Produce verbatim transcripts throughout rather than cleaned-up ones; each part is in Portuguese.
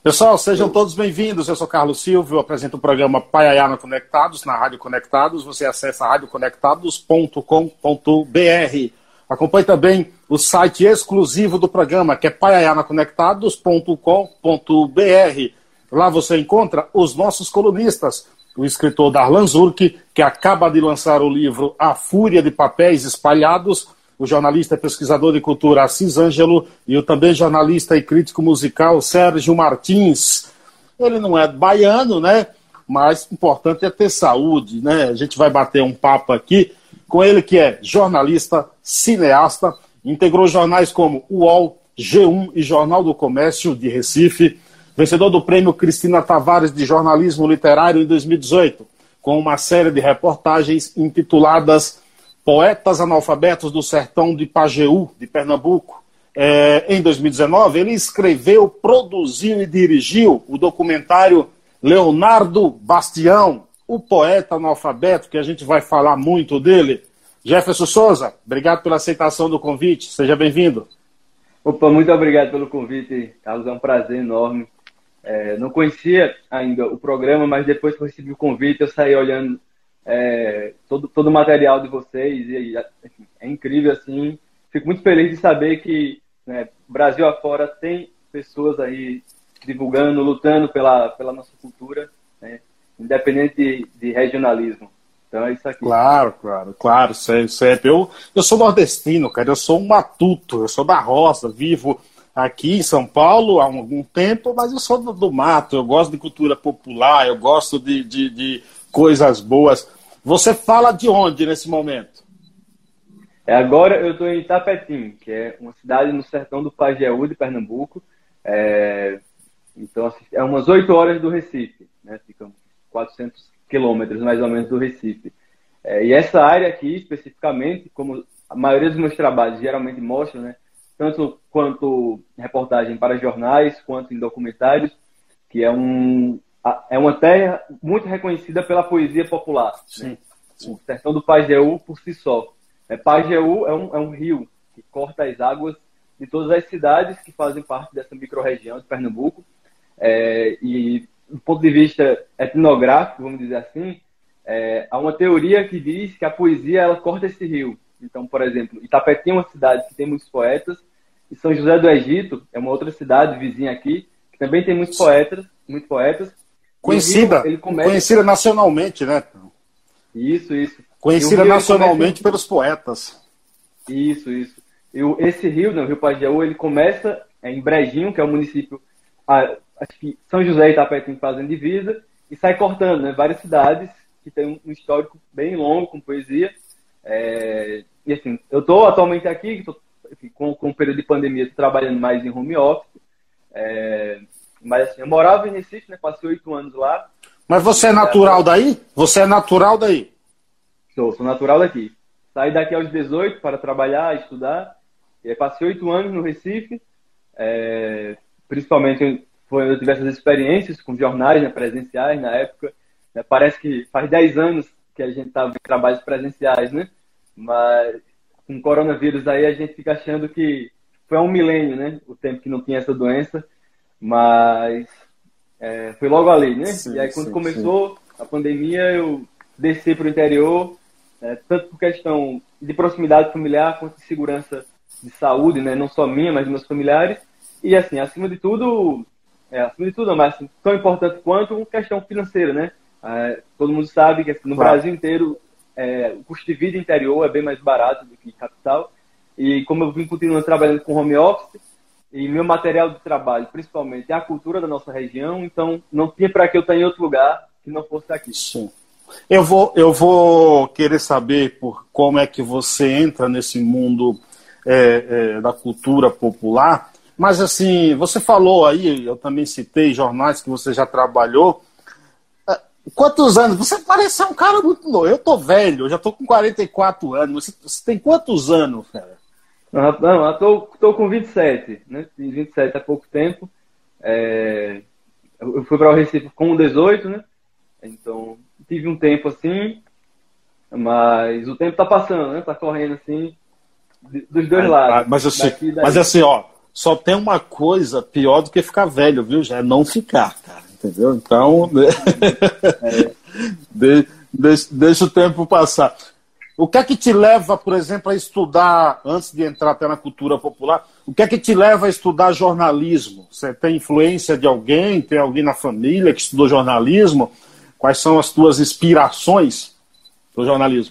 Pessoal, sejam todos bem-vindos. Eu sou Carlos Silva, eu apresento o programa Paiaiana Conectados, na Rádio Conectados. Você acessa rádio conectados ponto com ponto br. Acompanhe também o site exclusivo do programa, que é paiaiana conectados ponto com ponto br. Lá você encontra os nossos colunistas, o escritor Darlan Zurk, que acaba de lançar o livro A Fúria de Papéis Espalhados, o jornalista e pesquisador de cultura Assis Ângelo e o também jornalista e crítico musical Sérgio Martins. Ele não é baiano, né? Mas o importante é ter saúde, né? A gente vai bater um papo aqui com ele, que é jornalista, cineasta, integrou jornais como U O L, G um e Jornal do Comércio de Recife, vencedor do prêmio Cristina Tavares de Jornalismo Literário em dois mil e dezoito, com uma série de reportagens intituladas Poetas Analfabetos do Sertão de Pajeú, de Pernambuco. É, em dois mil e dezenove, ele escreveu, produziu e dirigiu o documentário Leonardo Bastião, o poeta analfabeto, que a gente vai falar muito dele. Jefferson Souza, obrigado pela aceitação do convite. Seja bem-vindo. Opa, muito obrigado pelo convite, Carlos. É um prazer enorme. É, não conhecia ainda o programa, mas depois que eu recebi o convite, eu saí olhando É, todo, todo o material de vocês, e, enfim, é incrível, assim. Fico muito feliz de saber que, né, Brasil afora tem pessoas aí divulgando, lutando pela, pela nossa cultura, né, independente de, de regionalismo. Então é isso aqui. Claro, claro, claro, sempre, sempre. Eu, eu sou nordestino, cara, eu sou um matuto, eu sou da roça, vivo aqui em São Paulo há algum tempo, mas eu sou do, do mato, eu gosto de cultura popular, eu gosto de, de, de coisas boas. Você fala de onde nesse momento? É, agora eu estou em Itapetim, que é uma cidade no sertão do Pajeú, de Pernambuco. É, então, é umas oito horas do Recife, né? Ficam quatrocentos quilômetros mais ou menos do Recife. É, e essa área aqui, especificamente, como a maioria dos meus trabalhos geralmente mostram, né? Tanto quanto reportagem para jornais, quanto em documentários, que é um... é uma terra muito reconhecida pela poesia popular. Sim, né? sim. O sertão do Pajeú, por si só. É, Pajeú é um, é um rio que corta as águas de todas as cidades que fazem parte dessa microrregião de Pernambuco. É, e, do ponto de vista etnográfico, vamos dizer assim, é, há uma teoria que diz que a poesia ela corta esse rio. Então, por exemplo, Itapetim é uma cidade que tem muitos poetas, e São José do Egito é uma outra cidade vizinha aqui, que também tem muitos poetas, muitos poetas. Conhecida, Rio, começa... conhecida nacionalmente, né? Isso, isso. Conhecida Rio, nacionalmente começa... pelos poetas. Isso, isso. E esse rio, né, o Rio Pajeú, ele começa em Brejinho, que é o município, acho que São José e Itapetim fazem divisa, e sai cortando, né, várias cidades que tem um histórico bem longo com poesia. É... E assim, eu estou atualmente aqui, tô, enfim, com, com o período de pandemia, estou trabalhando mais em home office. É... Mas assim, eu morava em Recife, né? Passei oito anos lá. Mas você é natural daí? Você é natural daí? Sou, sou natural daqui. Saí daqui aos dezoito para trabalhar, estudar. E aí passei oito anos no Recife. É, principalmente foi, eu tive essas experiências com jornais, né, presenciais na época. É, parece que faz dez anos que a gente estava em trabalhos presenciais, né? Mas com o coronavírus aí a gente fica achando que foi há um milênio, né? O tempo que não tinha essa doença. Mas é, foi logo ali, né? Sim, e aí quando sim, começou sim. a pandemia, eu desci para o interior, é, tanto por questão de proximidade familiar, quanto de segurança de saúde, né? Não só minha, mas dos meus familiares. E assim, acima de tudo, é, acima de tudo, mas assim, tão importante quanto questão financeira, né? É, todo mundo sabe que assim, no claro. Brasil inteiro é, o custo de vida interior é bem mais barato do que capital. E como eu vim continuando trabalhando com home office, e meu material de trabalho, principalmente, é a cultura da nossa região, então não tinha para que eu estar em outro lugar que não fosse aqui. Sim. Eu vou, eu vou querer saber por como é que você entra nesse mundo é, é, da cultura popular, mas assim, você falou aí, eu também citei jornais que você já trabalhou. Quantos anos? Você parece um cara muito novo. Eu tô velho, eu já tô com quarenta e quatro anos. Você, você tem quantos anos, cara? Não, eu tô, tô com vinte e sete, né? Fiz vinte e sete há pouco tempo. É... Eu fui para o Recife com dezoito, né? Então, tive um tempo assim, mas o tempo tá passando, né? Tá correndo assim, dos dois lados. Mas assim, daqui, mas assim, ó, só tem uma coisa pior do que ficar velho, viu? Já é não ficar, cara, entendeu? Então, é. de, deixa, deixa o tempo passar. O que é que te leva, por exemplo, a estudar, antes de entrar até na cultura popular, o que é que te leva a estudar jornalismo? Você tem influência de alguém? Tem alguém na família que estudou jornalismo? Quais são as tuas inspirações do jornalismo?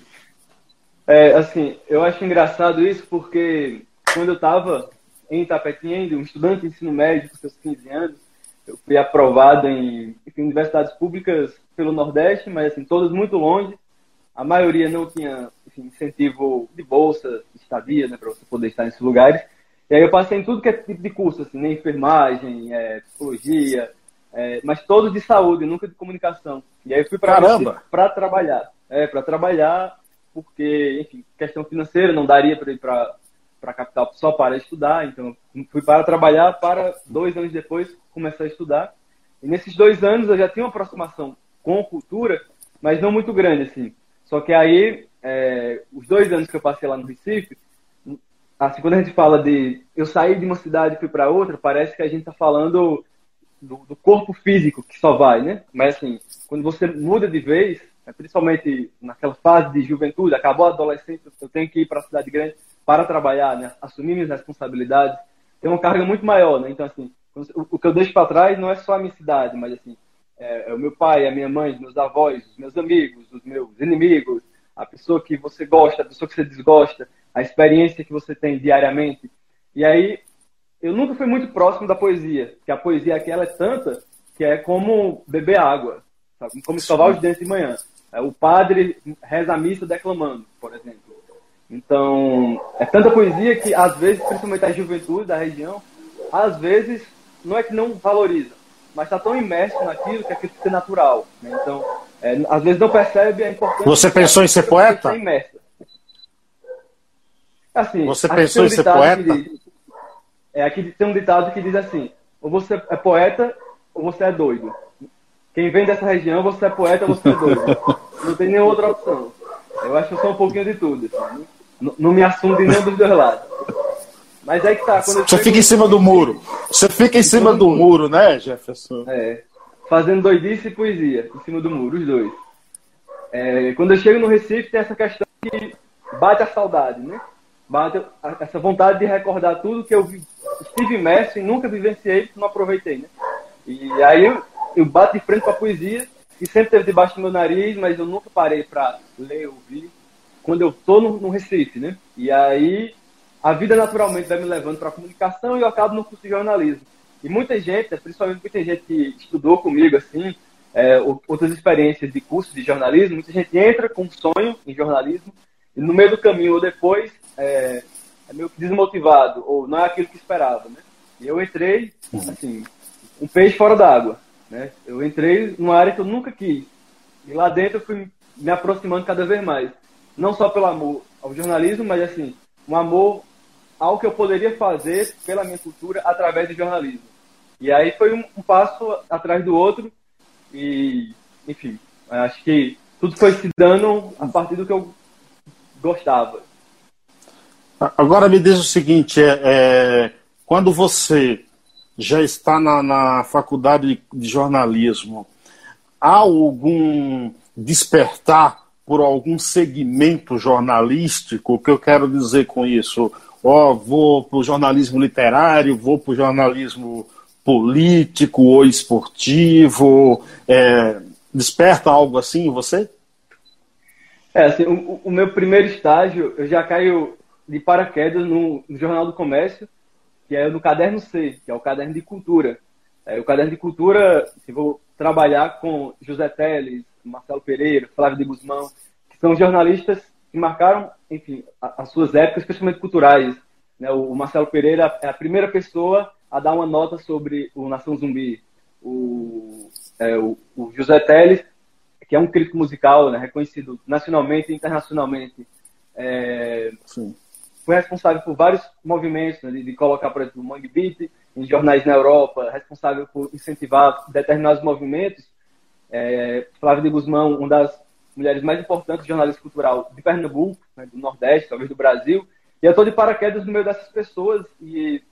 É, assim, eu acho engraçado isso porque quando eu estava em Itapetinga, ainda um estudante de ensino médio com seus quinze anos, eu fui aprovado em, em universidades públicas pelo Nordeste, mas assim, todas muito longe. A maioria não tinha, enfim, incentivo de bolsa, estadia, né, para você poder estar nesses lugares. E aí eu passei em tudo que é tipo de curso, assim, né, enfermagem, é, psicologia, é, mas todos de saúde, nunca de comunicação. E aí eu fui para trabalhar. É, para trabalhar, porque, enfim, questão financeira, não daria para ir para a capital só para estudar. Então, fui para trabalhar, para dois anos depois começar a estudar. E nesses dois anos eu já tinha uma aproximação com cultura, mas não muito grande, assim. Só que aí, é, os dois anos que eu passei lá no Recife, assim, quando a gente fala de eu sair de uma cidade e fui para outra, parece que a gente está falando do, do corpo físico que só vai, né? Mas assim, quando você muda de vez, principalmente naquela fase de juventude, acabou a adolescência, eu tenho que ir para a cidade grande para trabalhar, né? Assumir minhas responsabilidades, tem uma carga muito maior, né? Então, assim, o, o que eu deixo para trás não é só a minha cidade, mas assim, é, é o meu pai, a minha mãe, os meus avós, os meus amigos, os meus inimigos, a pessoa que você gosta, a pessoa que você desgosta, a experiência que você tem diariamente. E aí, eu nunca fui muito próximo da poesia, porque a poesia aqui ela é tanta que é como beber água, sabe? Como escovar os dentes de manhã. O padre reza a missa declamando, por exemplo. Então, é tanta poesia que, às vezes, principalmente a juventude da região, às vezes, não é que não valoriza, mas está tão imerso naquilo que aquilo fica natural. Né? Então, é, às vezes não percebe a importância... Você pensou em ser poeta? Assim, você pensou um em ser poeta? Diz, é, aqui tem um ditado que diz assim, ou você é poeta ou você é doido. Quem vem dessa região, você é poeta ou você é doido. Não tem nenhuma outra opção. Eu acho que eu sou um pouquinho de tudo. Assim, não, não me assumo de nenhum dos dois lados. Mas é que tá. Quando você fica em cima do muro. Você fica em cima do muro, né, Jefferson? É. Fazendo doidice e poesia. Em cima do muro, os dois. É, quando eu chego no Recife, tem essa questão que bate a saudade, né? Bate essa vontade de recordar tudo que eu estive imerso e nunca vivenciei, não aproveitei, né? E aí eu, eu bato de frente com a poesia, que sempre esteve debaixo do meu nariz, mas eu nunca parei para ler, ouvir, quando eu estou no, no Recife, né? E aí a vida naturalmente vai me levando para a comunicação e eu acabo no curso de jornalismo. E muita gente, principalmente muita gente que estudou comigo, assim, é, outras experiências de curso de jornalismo, muita gente entra com um sonho em jornalismo e no meio do caminho ou depois é, é meio que desmotivado, ou não é aquilo que esperava, né? E eu entrei, assim, um peixe fora d'água, né? Eu entrei numa área que eu nunca quis. E lá dentro eu fui me aproximando cada vez mais. Não só pelo amor ao jornalismo, mas assim, um amor ao que eu poderia fazer pela minha cultura através do jornalismo. E aí foi um, um passo atrás do outro e, enfim, acho que tudo foi se dando a partir do que eu gostava. Agora me diz o seguinte, é, é, quando você já está na, na faculdade de jornalismo, há algum despertar por algum segmento jornalístico? O que eu quero dizer com isso? Ó, oh, vou para o jornalismo literário, vou para o jornalismo político ou esportivo. É, desperta algo assim em você? É, assim, o, o meu primeiro estágio, eu já caio de paraquedas no, no Jornal do Comércio, que é no Caderno C, que é o Caderno de Cultura. É, o Caderno de Cultura, eu vou trabalhar com José Teles, Marcelo Pereira, Flávio de Guzmão, que são jornalistas que marcaram, enfim, as suas épocas, especialmente culturais. Né? O Marcelo Pereira é a primeira pessoa a dar uma nota sobre o Nação Zumbi. O, é, o, o José Teles, que é um crítico musical, né, reconhecido nacionalmente e internacionalmente, é, foi responsável por vários movimentos, né, de, de colocar, por exemplo, o Mangue Beat em jornais na Europa, responsável por incentivar determinados movimentos. É, Flávia de Guzmão, uma das mulheres mais importantes de jornalismo cultural de Pernambuco, né, do Nordeste, talvez do Brasil, e eu estou de paraquedas no meio dessas pessoas e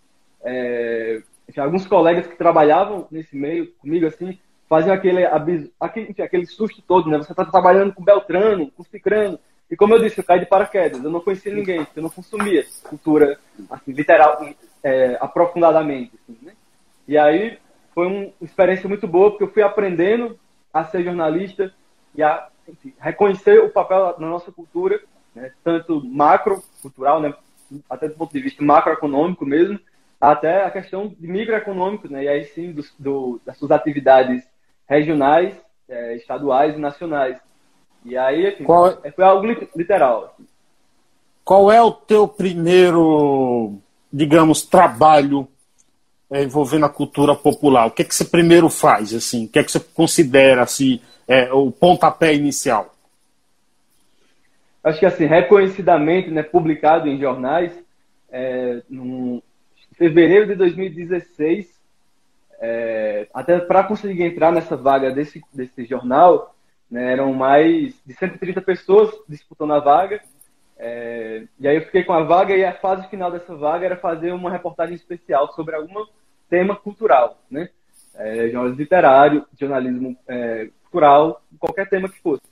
é, tinha alguns colegas que trabalhavam nesse meio comigo, assim, faziam aquele, aquele, enfim, aquele susto todo, né? Você está trabalhando com Beltrano, com Cicrano, e como eu disse, eu caí de paraquedas, eu não conhecia ninguém, eu não consumia cultura, assim, literal, é, aprofundadamente, assim, né? E aí foi uma experiência muito boa, porque eu fui aprendendo a ser jornalista e a, enfim, reconhecer o papel na nossa cultura, né? Tanto macro, cultural, né? Até do ponto de vista macroeconômico mesmo, até a questão de microeconômico, né? E aí sim, do, do, das suas atividades regionais, é, estaduais e nacionais. E aí, assim, qual, foi algo literal. Assim. Qual é o teu primeiro, digamos, trabalho é, envolvendo a cultura popular? O que é que você primeiro faz? Assim? O que é que você considera assim, é, o pontapé inicial? Acho que, assim, reconhecidamente, né, publicado em jornais, é, no, em fevereiro de dois mil e dezesseis, é, até para conseguir entrar nessa vaga desse, desse jornal, né, eram mais de cento e trinta pessoas disputando a vaga, é, e aí eu fiquei com a vaga, e a fase final dessa vaga era fazer uma reportagem especial sobre algum tema cultural, né? É, jornalismo literário, jornalismo é, cultural, qualquer tema que fosse.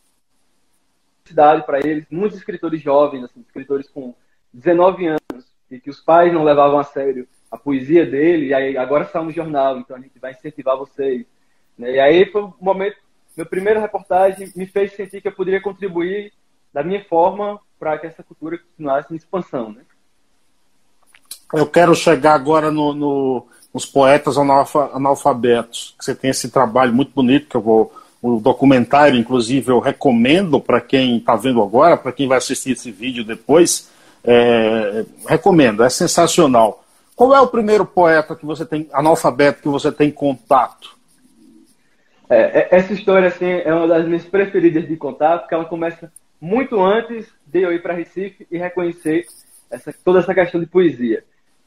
Para eles, muitos escritores jovens, assim, escritores com dezenove anos, e que os pais não levavam a sério a poesia dele, e aí agora saiu no jornal, então a gente vai incentivar vocês. Né? E aí foi um momento, meu primeiro reportagem me fez sentir que eu poderia contribuir da minha forma para que essa cultura continuasse em expansão. Né? Eu quero chegar agora no, no, nos poetas analfa, analfabetos, que você tem esse trabalho muito bonito, que eu vou... O documentário, inclusive, eu recomendo para quem está vendo agora, para quem vai assistir esse vídeo depois, é, recomendo, é sensacional. Qual é o primeiro poeta que você tem, analfabeto, que você tem contato? É, essa história assim, é uma das minhas preferidas de contar, porque ela começa muito antes de eu ir para Recife e reconhecer essa, toda essa questão de poesia.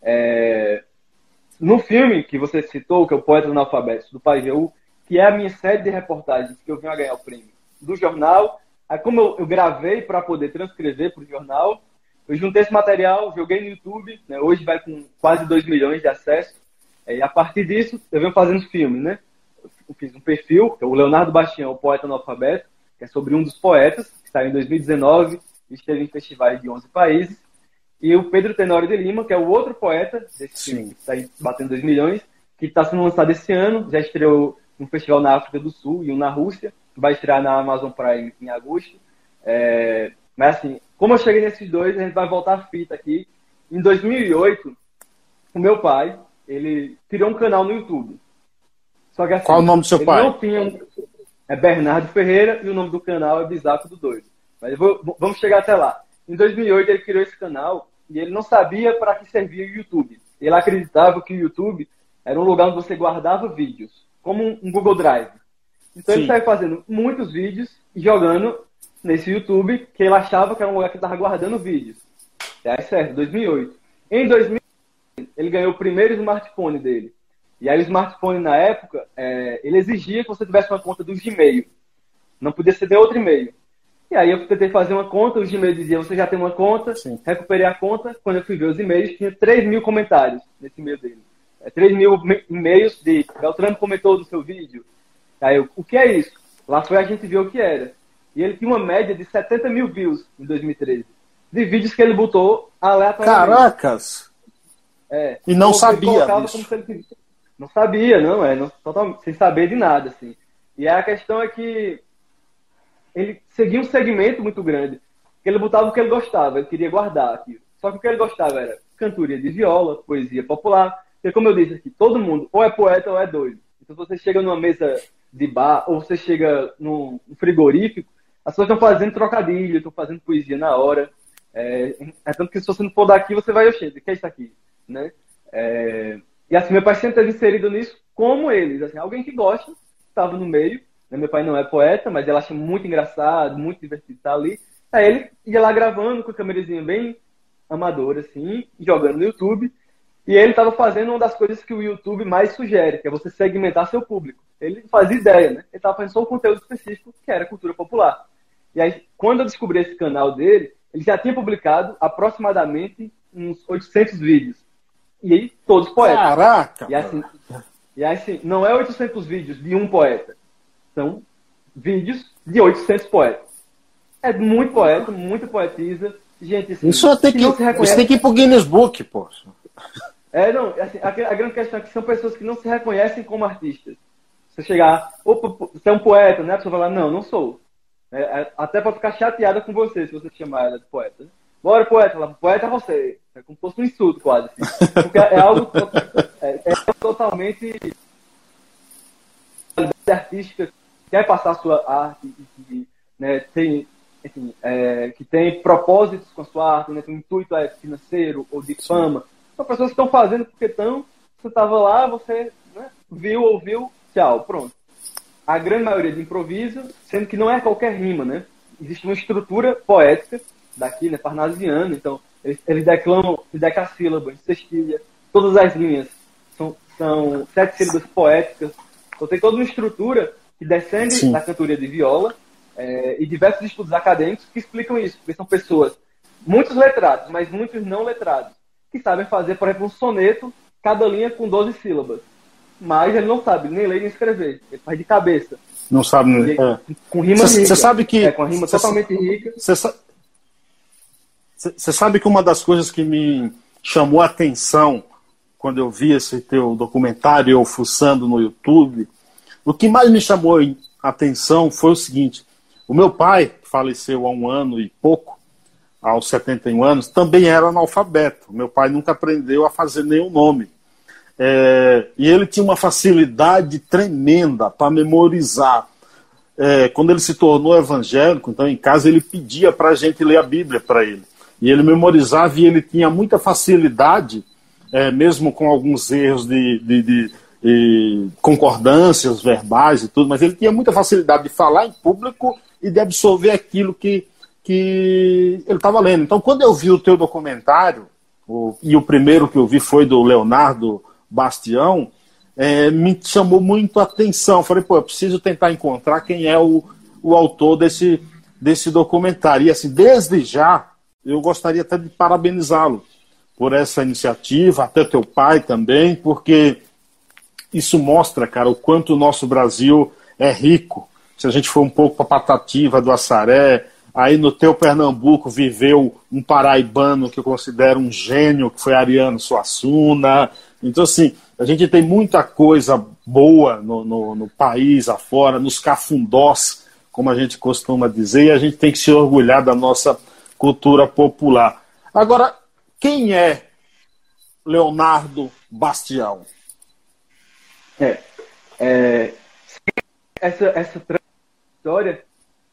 É, no filme que você citou, que é o Poeta Analfabeto, do Pajeú, que é a minha série de reportagens que eu venho a ganhar o prêmio do jornal. Aí, como eu, eu gravei para poder transcrever para o jornal, eu juntei esse material, joguei no YouTube, né? Hoje vai com quase dois milhões de acessos, é, e a partir disso eu venho fazendo filme, né? Eu fiz um perfil, que é o Leonardo Bastião, o Poeta Analfabeto, que é sobre um dos poetas, que saiu em dois mil e dezenove, e esteve em festivais de onze países, e o Pedro Tenório de Lima, que é o outro poeta desse Sim. filme, que está batendo dois milhões, que está sendo lançado esse ano, já estreou um festival na África do Sul e um na Rússia, que vai estrear na Amazon Prime em agosto. É, mas assim, como eu cheguei nesses dois, a gente vai voltar a fita aqui. Em dois mil e oito, o meu pai, ele criou um canal no YouTube. Só que assim, qual o nome do seu ele pai? Não tinha um... É Bernardo Ferreira e o nome do canal é Bisaco do Doido. Mas eu vou, vamos chegar até lá. Em dois mil e oito ele criou esse canal e ele não sabia para que servia o YouTube. Ele acreditava que o YouTube era um lugar onde você guardava vídeos, como um Google Drive. Então Sim. ele saiu fazendo muitos vídeos e jogando nesse YouTube, que ele achava que era um lugar que estava guardando vídeos. É certo, dois mil e oito. Em dois mil e oito, ele ganhou o primeiro smartphone dele. E aí o smartphone, na época, é, ele exigia que você tivesse uma conta do Gmail. Não podia ser de outro e-mail. E aí eu tentei fazer uma conta, o Gmail dizia, você já tem uma conta, Sim. recuperei a conta. Quando eu fui ver os e-mails, tinha três mil comentários nesse e-mail dele. três mil e-mails de Beltrano comentou no seu vídeo. Aí eu, o que é isso? Lá foi a gente ver o que era. E ele tinha uma média de setenta mil views em dois mil e treze. De vídeos que ele botou aleatoriamente. Caracas! É, e não sabia disso. Ele... Não sabia, não, é. Não, totalmente, sem saber de nada, assim. E a questão é que ele seguia um segmento muito grande. Ele botava o que ele gostava, ele queria guardar aquilo. Só que o que ele gostava era cantoria de viola, poesia popular. Porque, como eu disse aqui, todo mundo ou é poeta ou é doido. Então, se você chega numa mesa de bar ou você chega num frigorífico, as pessoas estão fazendo trocadilho, estão fazendo poesia na hora. É, é tanto que se você não for daqui, você vai, oxê, o que é isso aqui? Né? É, e assim, meu pai sempre esteve inserido nisso como eles. Assim, alguém que gosta, estava no meio. Né? Meu pai não é poeta, mas ele acha muito engraçado, muito divertido estar ali. Aí ele ia lá gravando com a câmerazinha bem amadora, assim, jogando no YouTube. E ele estava fazendo uma das coisas que o YouTube mais sugere, que é você segmentar seu público. Ele fazia ideia, né? Ele estava fazendo só um conteúdo específico, que era cultura popular. E aí, quando eu descobri esse canal dele, ele já tinha publicado aproximadamente uns oitocentos vídeos. e aí todos poetas. Caraca! E assim, e assim, não é oitocentos vídeos de um poeta, são vídeos de oitocentos poetas. É muito poeta, muito poetisa. Gente, assim, isso tem que, que reconhece... isso tem que ir pro Guinness Book, poxa. É, não, assim, a, a grande questão é que são pessoas que não se reconhecem como artistas. Você chegar, opa, você é um poeta, né? A pessoa vai lá, não, não sou. É, é, até pra ficar chateada com você, se você chamar ela de poeta. Bora, poeta. Ela, poeta é você. É como se fosse um insulto, quase. Assim. Porque é algo é, é totalmente artística, quer passar a sua arte, e, né, tem, enfim, é, que tem propósitos com a sua arte, né, tem um intuito é, financeiro ou de fama. São pessoas que estão fazendo porque estão, você estava lá, você, né, viu, ouviu, tchau, pronto. A grande maioria de improviso, sendo que não é qualquer rima, né? Existe uma estrutura poética daqui, né, parnasiana, então eles, eles declamam em decassílabas, em sextilha, todas as linhas são, são sete sílabas poéticas, então tem toda uma estrutura que descende Sim. da cantoria de viola é, e diversos estudos acadêmicos que explicam isso, porque são pessoas, muitos letrados, mas muitos não letrados, que sabem fazer, por exemplo, um soneto, cada linha com doze sílabas. Mas ele não sabe nem ler nem escrever. Ele faz de cabeça. Não sabe. Ele, é. Com rima cê, rica. Você sabe que... É, com rima cê, totalmente rica. Você sa... sabe que uma das coisas que me chamou a atenção quando eu vi esse teu documentário, eu fuçando no YouTube, o que mais me chamou a atenção foi o seguinte. O meu pai, que faleceu há um ano e pouco, aos setenta e um anos, também era analfabeto. Meu pai nunca aprendeu a fazer nenhum nome. É, e ele tinha uma facilidade tremenda para memorizar. É, quando ele se tornou evangélico, então em casa ele pedia para a gente ler a Bíblia para ele. E ele memorizava e ele tinha muita facilidade, é, mesmo com alguns erros de, de, de, de concordâncias verbais e tudo, mas ele tinha muita facilidade de falar em público e de absorver aquilo que, que ele estava lendo. Então quando eu vi o teu documentário, o, e o primeiro que eu vi foi do Leonardo Bastião, é, me chamou muito a atenção. Falei, pô, eu preciso tentar encontrar quem é o, o autor desse, desse documentário. E assim, desde já, eu gostaria até de parabenizá-lo por essa iniciativa, até teu pai também, porque isso mostra, cara, o quanto o nosso Brasil é rico. Se a gente for um pouco para Patativa do Assaré, aí no teu Pernambuco viveu um paraibano que eu considero um gênio, que foi Ariano Suassuna. Então, assim, a gente tem muita coisa boa no, no, no país afora, nos cafundós, como a gente costuma dizer, e a gente tem que se orgulhar da nossa cultura popular. Agora, quem é Leonardo Bastião? É, é essa, essa história,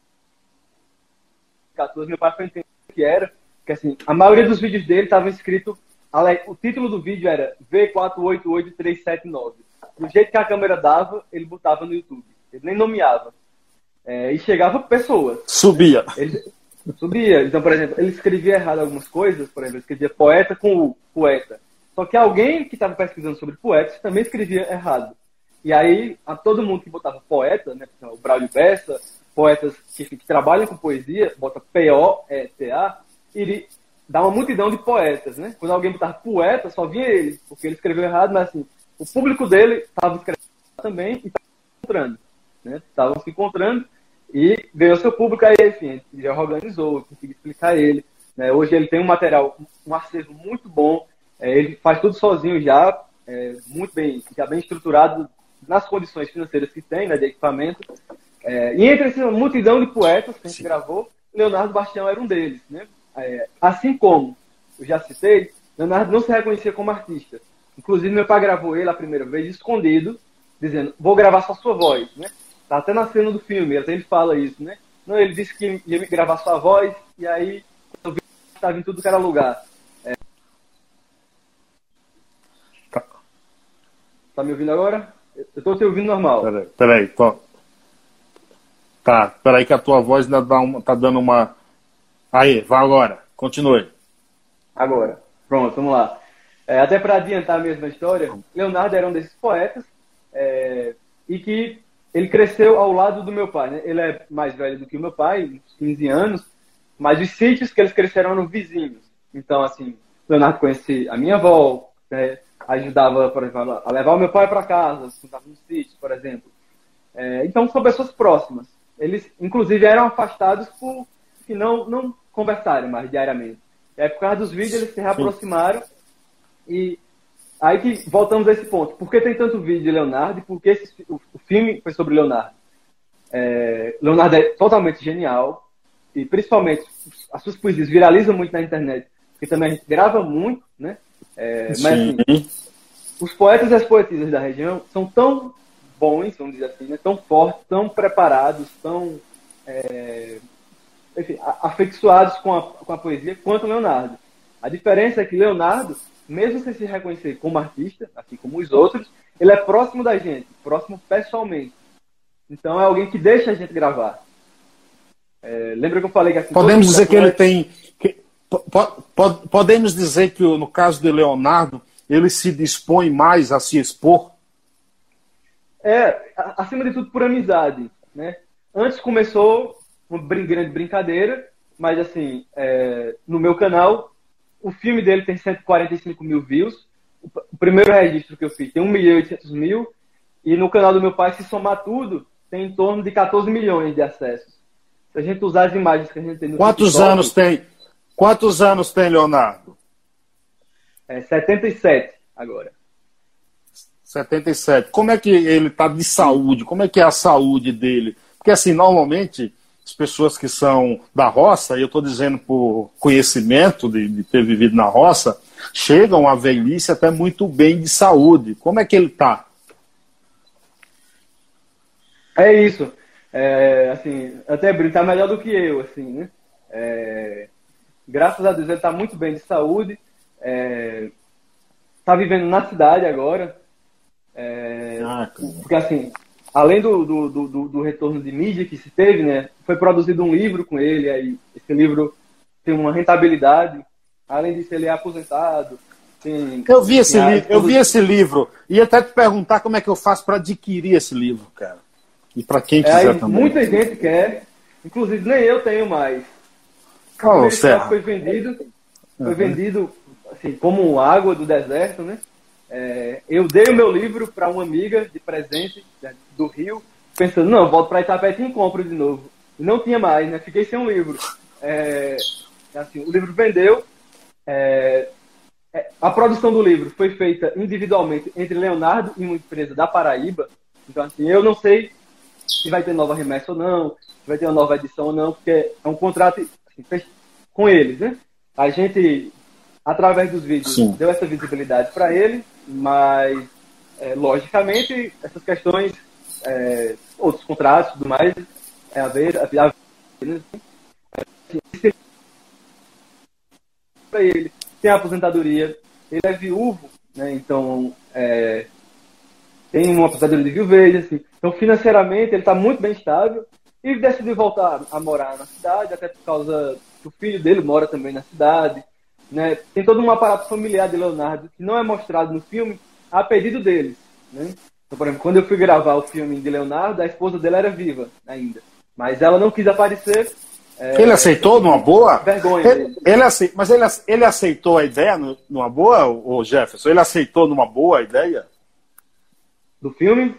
meu pai foi entender o que era, que assim, a maioria dos vídeos dele estava escrito, o título do vídeo era V quatro oito oito três sete nove. Do jeito que a câmera dava, ele botava no YouTube. Ele nem nomeava. É, e chegava pessoas. Subia. Ele, subia. Então, por exemplo, ele escrevia errado algumas coisas. Por exemplo, ele escrevia poeta com U, poeta. Só que alguém que estava pesquisando sobre poetas também escrevia errado. E aí, a todo mundo que botava poeta, né, o Braulio Bessa, poetas que, que trabalham com poesia, bota P O E T A, e dá uma multidão de poetas, né? Quando alguém botava poeta, só vinha ele, porque ele escreveu errado, mas assim, o público dele estava escrevendo também e estava se encontrando, né? Estavam se encontrando e ganhou seu público aí, enfim, ele já organizou, consegui explicar ele, né? Hoje ele tem um material, um acervo muito bom, é, ele faz tudo sozinho já, é, muito bem, já bem estruturado nas condições financeiras que tem, né, de equipamento. É, e entre essa multidão de poetas que a gente Sim. gravou, Leonardo Bastião era um deles, né? É, assim como eu já citei, Leonardo não se reconhecia como artista. Inclusive, meu pai gravou ele a primeira vez escondido, dizendo, vou gravar só sua voz, né? Tá até na cena do filme, até ele fala isso, né? Não, ele disse que ia gravar sua voz, e aí eu vi que estava em tudo que era lugar. É... Tá. Tá me ouvindo agora? Eu tô te ouvindo normal. Peraí, peraí, tô... Tá, peraí que a tua voz ainda dá uma, tá dando uma... Aí, vai agora, continue. Agora, pronto, vamos lá. É, até para adiantar mesmo a história, Leonardo era um desses poetas é, e que ele cresceu ao lado do meu pai, né? Ele é mais velho do que o meu pai, uns quinze anos, mas os sítios que eles cresceram eram vizinhos. Então, assim, Leonardo conhecia a minha avó, é, ajudava, por exemplo, a levar o meu pai para casa, estava no sítio, por exemplo. É, então, são pessoas próximas. Eles, inclusive, eram afastados por que não, não conversarem mais diariamente. E aí, por causa dos vídeos, eles se reaproximaram. E aí que voltamos a esse ponto. Por que tem tanto vídeo de Leonardo e por que esse, o, o filme foi sobre Leonardo? É, Leonardo é totalmente genial. E, principalmente, as suas poesias viralizam muito na internet. Porque também a gente grava muito, né? É, mas, assim, os poetas e as poetisas da região são tão bons, vamos dizer assim, né? Tão fortes, tão preparados, tão é, enfim, afeiçoados com a, com a poesia quanto Leonardo. A diferença é que Leonardo, mesmo sem se reconhecer como artista, assim como os outros, ele é próximo da gente, próximo pessoalmente. Então é alguém que deixa a gente gravar. É, lembra que eu falei que assim, podemos dizer que ele tem que, po, po, podemos dizer que no caso de Leonardo ele se dispõe mais a se expor? É, acima de tudo por amizade, né? Antes começou uma grande brincadeira, mas assim, é, no meu canal, o filme dele tem cento e quarenta e cinco mil views, o primeiro registro que eu fiz tem um milhão e oitocentos mil, e no canal do meu pai, se somar tudo, tem em torno de quatorze milhões de acessos. Se a gente usar as imagens que a gente tem no Quantos TikTok, anos tem? Quantos anos tem Leonardo? É setenta e sete agora. setenta e sete. Como é que ele está de saúde? Como é que é a saúde dele? Porque, assim, normalmente, as pessoas que são da roça, e eu estou dizendo por conhecimento de, de ter vivido na roça, chegam à velhice até muito bem de saúde. Como é que ele está? É isso. É, assim, até ele está melhor do que eu, assim, né? É, graças a Deus ele está muito bem de saúde. Está é, vivendo na cidade agora. É, ah, porque assim, além do, do, do, do retorno de mídia que se teve, né, foi produzido um livro com ele, aí esse livro tem uma rentabilidade, além disso ele é aposentado. Tem, eu vi esse livro, eu vi esse livro, ia até te perguntar como é que eu faço para adquirir esse livro, cara. E para quem quiser é, aí, também. Muita gente quer, inclusive nem eu tenho mais. Oh, o foi vendido, foi uhum. vendido assim, como água do deserto, né? É, eu dei o meu livro para uma amiga de presente do Rio, pensando, não, volto para Itapete e compro de novo. E não tinha mais, né? Fiquei sem um livro. É, assim, o livro vendeu. É, a produção do livro foi feita individualmente entre Leonardo e uma empresa da Paraíba. Então, assim, eu não sei se vai ter nova remessa ou não, se vai ter uma nova edição ou não, porque é um contrato assim, com eles, né? A gente, através dos vídeos, Sim. deu essa visibilidade para ele, mas, é, logicamente, essas questões, é, outros contratos e tudo mais, é a ver, a ver, né? Assim, para ele, tem a aposentadoria, ele é viúvo, né? Então, é, tem uma aposentadoria de viuvez, assim. Então, financeiramente, ele está muito bem estável e decidiu voltar a morar na cidade, até por causa que o filho dele mora também na cidade. Né? Tem todo um aparato familiar de Leonardo que não é mostrado no filme a pedido deles. Né? Então, por exemplo, quando eu fui gravar o filme de Leonardo, a esposa dele era viva ainda. Mas ela não quis aparecer. É, ele aceitou numa boa? Vergonha ele, ele aceitou, mas ele, ele aceitou a ideia numa boa, o Jefferson? Ele aceitou numa boa a ideia? Do filme?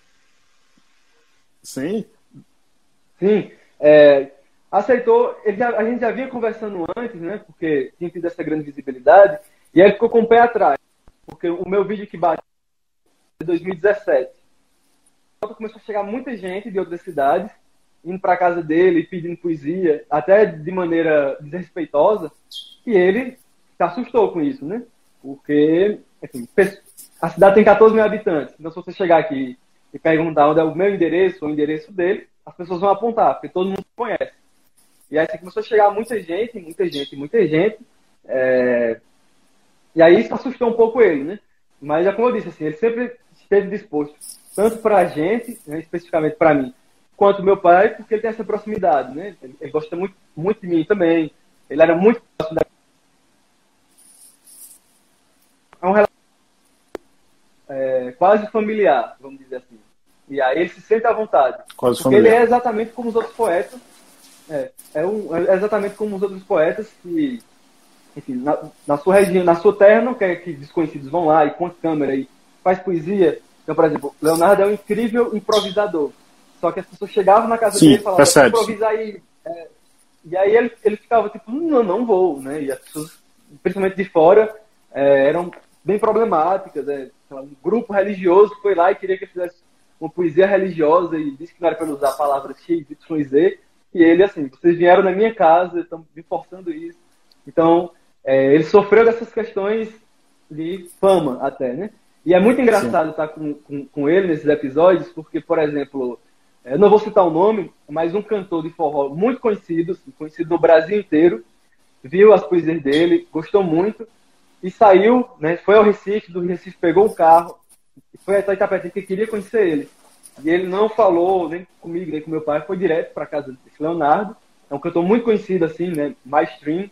Sim. Sim. É, aceitou. Ele já, a gente já vinha conversando antes, né? Porque tinha tido essa grande visibilidade. E aí ficou com o pé atrás. Porque o meu vídeo que bateu em dois mil e dezessete. Começou a chegar muita gente de outras cidades indo para casa dele, pedindo poesia, até de maneira desrespeitosa, e ele se assustou com isso, né? Porque, enfim, a cidade tem quatorze mil habitantes, então se você chegar aqui e perguntar onde é o meu endereço ou o endereço dele, as pessoas vão apontar, porque todo mundo conhece. E aí assim, começou a chegar muita gente, muita gente, muita gente, é... e aí isso assustou um pouco ele, né? Mas, já como eu disse, assim, ele sempre esteve disposto, tanto para a gente, né, especificamente para mim, quanto meu pai, porque ele tem essa proximidade, né? Ele, ele gosta muito, muito de mim também. Ele era muito próximo da... É um relacionamento é, quase familiar, vamos dizer assim. E aí ele se sente à vontade. Quase porque familiar. ele é exatamente como os outros poetas. É, é, um, é exatamente como os outros poetas que, enfim, na, na sua região, na sua terra, não quer que desconhecidos vão lá e com câmera e faz poesia. Então, por exemplo, Leonardo é um incrível improvisador. Só que as pessoas chegavam na casa Sim, dele e falavam, percebe. improvisa aí. É, e aí ele, ele ficava tipo, não, não vou, né? E as pessoas, principalmente de fora, é, eram bem problemáticas. É, um grupo religioso foi lá e queria que ele fizesse uma poesia religiosa e disse que não era para ele usar palavras X, Y, Z. E ele, assim, vocês vieram na minha casa, estão me forçando isso. Então, é, ele sofreu dessas questões de fama até, né? E é muito engraçado Sim. estar com, com, com ele nesses episódios, porque, por exemplo, eu não vou citar o nome, mas um cantor de forró muito conhecido, conhecido no Brasil inteiro, viu as poesias dele, gostou muito, e saiu, né, foi ao Recife, do Recife pegou um carro, e foi até Itapetinga que queria conhecer ele. E ele não falou nem comigo, nem com meu pai, foi direto para casa desse Leonardo, é um cantor muito conhecido, assim, né, mainstream.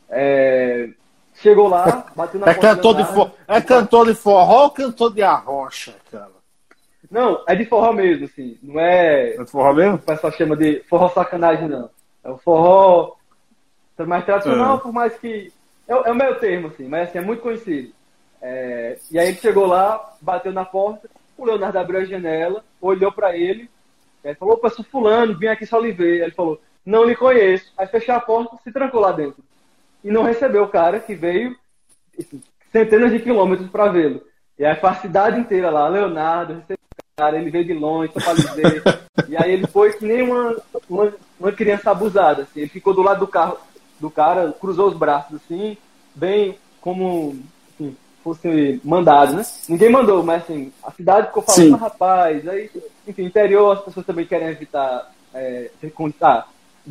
É... Chegou lá, bateu na é porta cantor de for... É cantor de forró ou cantor de arrocha, cara? Não, é de forró mesmo, assim. Não é... É de forró mesmo? O pessoal chama de forró sacanagem, não. É o forró mais tradicional, é. por mais que... É, é o meio termo, assim, mas assim, é muito conhecido. É... E aí ele chegou lá, bateu na porta, o Leonardo abriu a janela, olhou pra ele, aí falou, opa, sou fulano, vim aqui só lhe ver. Aí ele falou, não lhe conheço. Aí fechou a porta, se trancou lá dentro. E não recebeu o cara que veio enfim, centenas de quilômetros para vê-lo. E aí foi a cidade inteira lá, Leonardo, recebeu o cara, ele veio de longe, só para dizer. E aí ele foi que nem uma, uma, uma criança abusada, assim. Ele ficou do lado do carro do cara, cruzou os braços, assim, bem como assim, fosse mandado, né? Ninguém mandou, mas assim, a cidade ficou falando, rapaz, aí, enfim, interior as pessoas também querem evitar é, contar.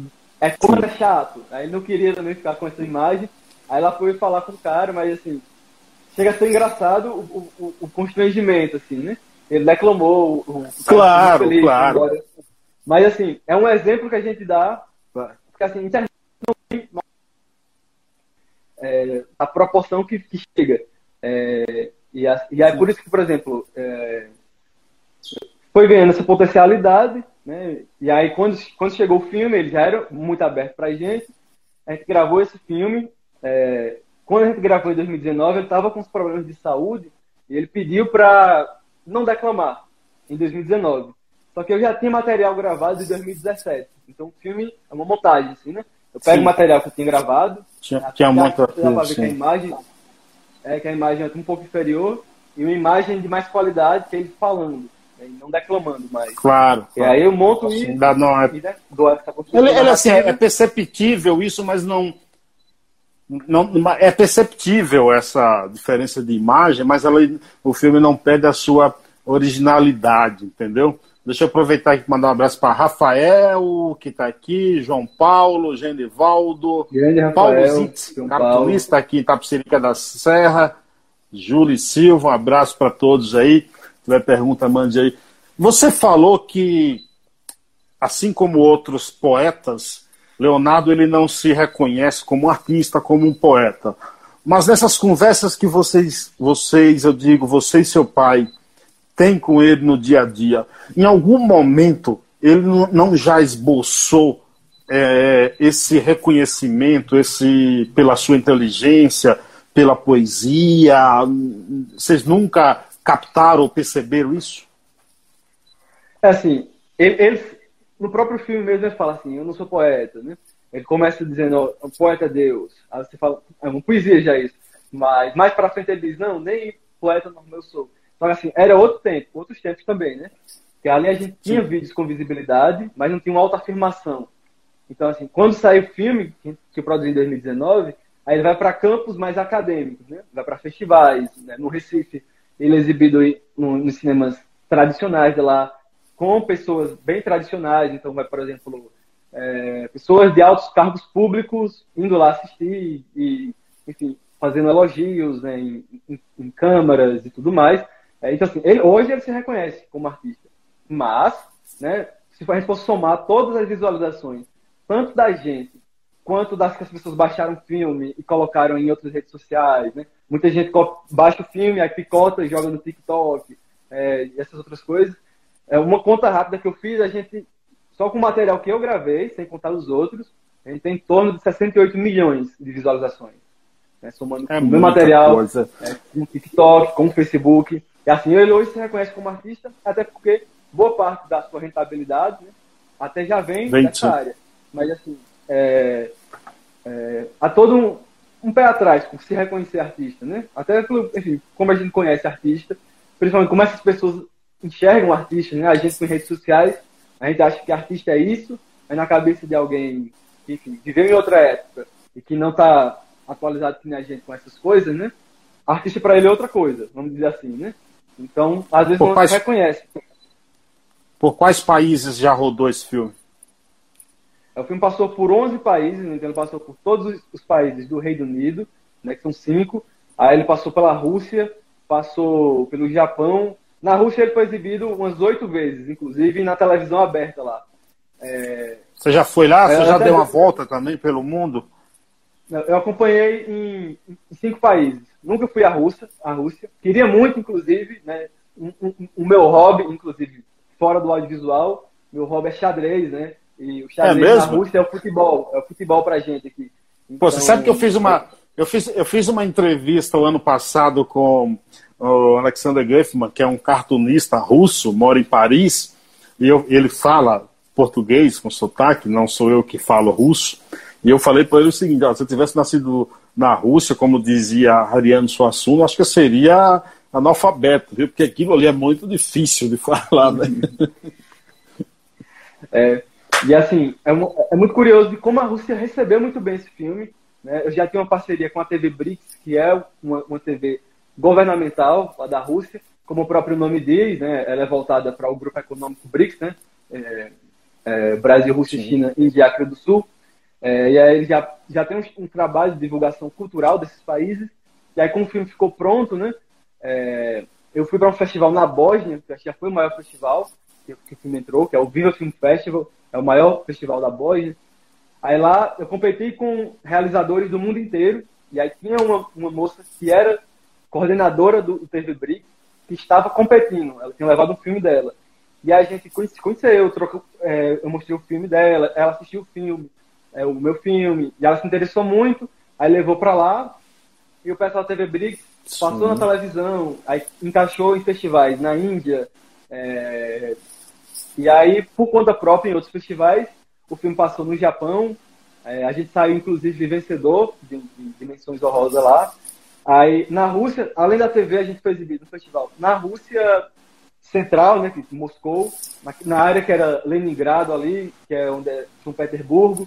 É como é chato. Aí ele não queria também ficar com essa imagem. Aí ela foi falar com o cara, mas assim, chega a ser engraçado o, o, o constrangimento, assim, né? Ele declamou. O, o claro, feliz, claro. Agora. Mas assim, é um exemplo que a gente dá, porque assim, internet não tem é, a proporção que, que chega. É, e, a, e é por isso que, por exemplo, é, foi ganhando essa potencialidade, né? E aí, quando, quando chegou o filme, ele já era muito aberto pra gente. A gente gravou esse filme. É, quando a gente gravou em dois mil e dezenove, ele estava com uns problemas de saúde e ele pediu para não declamar em dois mil e dezenove. Só que eu já tinha material gravado de dois mil e dezessete. Então, o filme é uma montagem, assim, né? Eu pego o material que eu tinha gravado. Tinha, tinha muita coisa. Dá para ver que a imagem é que a imagem é um pouco inferior e uma imagem de mais qualidade que ele falando. Não declamando mais. Claro. E aí eu monto assim, isso. Não é... E, né, dou essa ele, ele assim, é perceptível isso, mas não, não. É perceptível essa diferença de imagem, mas ela, o filme não perde a sua originalidade, entendeu? Deixa eu aproveitar aqui e mandar um abraço para Rafael, que está aqui, João Paulo, Genivaldo, Paulo Zitz, cartunista aqui em Itapecerica da Serra, Júlio Silva, um abraço para todos aí. Se tiver pergunta, mande aí. Você falou que, assim como outros poetas, Leonardo ele não se reconhece como artista, como um poeta. Mas nessas conversas que vocês, vocês, eu digo, você e seu pai, têm com ele no dia a dia, em algum momento ele não já esboçou é, esse reconhecimento, esse pela sua inteligência, pela poesia? Vocês nunca captaram ou perceberam isso? É assim, ele, ele, no próprio filme mesmo ele fala assim, eu não sou poeta, né? Ele começa dizendo, ó, poeta é Deus. Aí você fala, é uma poesia já isso. Mas mais pra frente ele diz, não, nem poeta não, eu sou. Então assim, era outro tempo, outros tempos também, né? Porque ali a gente tinha Sim. vídeos com visibilidade, mas não tinha uma autoafirmação. Então assim, quando saiu o filme, que eu produzi em dois mil e dezenove, aí ele vai para campos mais acadêmicos, né? Vai para festivais, né? No Recife, ele é exibido nos cinemas tradicionais de lá, com pessoas bem tradicionais. Então, vai, por exemplo, é, pessoas de altos cargos públicos indo lá assistir e, enfim, fazendo elogios, né, em, em, em câmaras e tudo mais. É, então, assim, ele, hoje ele se reconhece como artista. Mas, né, se a gente for somar todas as visualizações, tanto da gente quanto das que as pessoas baixaram o filme e colocaram em outras redes sociais, né? Muita gente baixa o filme, aí picota e joga no TikTok, é, e essas outras coisas. É uma conta rápida que eu fiz, a gente, só com o material que eu gravei, sem contar os outros, a gente tem em torno de sessenta e oito milhões de visualizações. né, somando É o meu muita material coisa. é, com o TikTok, com o Facebook. E assim, ele hoje se reconhece como artista, até porque boa parte da sua rentabilidade, né, até já vem Vem dessa sim. área. Mas assim, é, é, há todo um, um pé atrás com se reconhecer artista, né? Até, pelo, enfim, como a gente conhece artista, principalmente como essas pessoas enxergam o artista, né? A gente com redes sociais, a gente acha que artista é isso, mas na cabeça de alguém que, enfim, viveu em outra época e que não está atualizado que nem a gente com essas coisas, né? Artista para ele é outra coisa, vamos dizer assim, né? Então, às vezes Por não quais- reconhece. Por quais países já rodou esse filme? O filme passou por onze países, né? Então ele passou por todos os países do Reino Unido, né, que são cinco. Aí ele passou pela Rússia, passou pelo Japão. Na Rússia ele foi exibido umas oito vezes, inclusive na televisão aberta lá. É... Você já foi lá? Você É, já até- deu uma volta também pelo mundo? Eu acompanhei em, em cinco países. Nunca fui à Rússia, à Rússia. Queria muito, inclusive, né? Um, um- o meu hobby, inclusive, fora do audiovisual, meu hobby é xadrez, né? E o xadrez É na mesmo? Rússia é o futebol, é o futebol pra gente aqui. Pô, você Então, sabe que eu fiz uma, eu fiz, eu fiz uma entrevista o ano passado com o Alexander Geifman, que é um cartunista russo, mora em Paris, e eu- ele fala português com sotaque, não sou eu que falo russo, e eu falei para ele o seguinte: ó, se eu tivesse nascido na Rússia, como dizia Ariano Suassuna, acho que eu seria analfabeto, viu? Porque aquilo ali é muito difícil de falar, né? É, e assim, é, mu- é muito curioso de como a Rússia recebeu muito bem esse filme. Né? Eu já tenho uma parceria com a T V BRICS, que é uma, uma T V governamental lá da Rússia, como o próprio nome diz, né? Ela é voltada para o grupo econômico BRICS, né? É, é, Brasil, Rússia, China, Índia e África do Sul. É, e aí ele já, já tem um, um trabalho de divulgação cultural desses países. E aí, como o filme ficou pronto, né? É, eu fui para um festival na Bósnia, que acho que já foi o maior festival que, que o filme entrou, que é o Viva Film Festival, é o maior festival da Bósnia. Aí lá eu competi com realizadores do mundo inteiro, e aí tinha uma, uma moça que era coordenadora do, do T V BRICS, que estava competindo, ela tinha levado um filme dela. E aí a gente conhece- conheceu, trocou, é, eu mostrei o filme dela, ela assistiu o filme, é, o meu filme, e ela se interessou muito, aí levou para lá, e o pessoal da T V BRICS passou Sim. na televisão, aí encaixou em festivais na Índia, é, e aí, por conta própria, em outros festivais, o filme passou no Japão, é, a gente saiu, inclusive, vencedor de, de Dimensões Horrorosas lá. Aí, na Rússia, além da T V, a gente foi exibido no festival. Na Rússia Central, né, que Moscou, na, na área que era Leningrado ali, que é onde é São Petersburgo,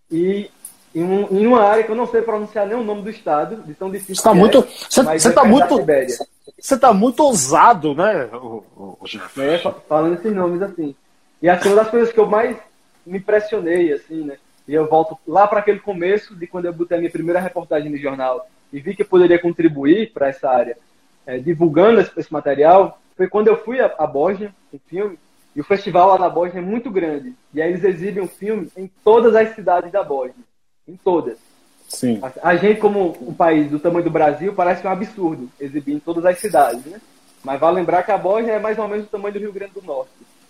e em, um, em uma área que eu não sei pronunciar nem o nome do estado, de tão difícil Você tá que muito, é, você, mas você é tá perto da muito, Sibéria. você tá muito ousado, né, o, o, o Jeff? Né, fa- falando esses nomes assim. E assim, uma das coisas que eu mais me impressionei, assim, né? E eu volto lá para aquele começo de quando eu botei a minha primeira reportagem no jornal e vi que eu poderia contribuir para essa área, eh, divulgando esse, esse material, foi quando eu fui à, à Bósnia, um filme, e o festival lá na Bósnia é muito grande. E aí eles exibem o filme em todas as cidades da Bósnia. Em todas. Sim. A, a gente, como um país do tamanho do Brasil, parece um absurdo exibir em todas as cidades, né? Mas vale lembrar que a Bósnia é mais ou menos do tamanho do Rio Grande do Norte.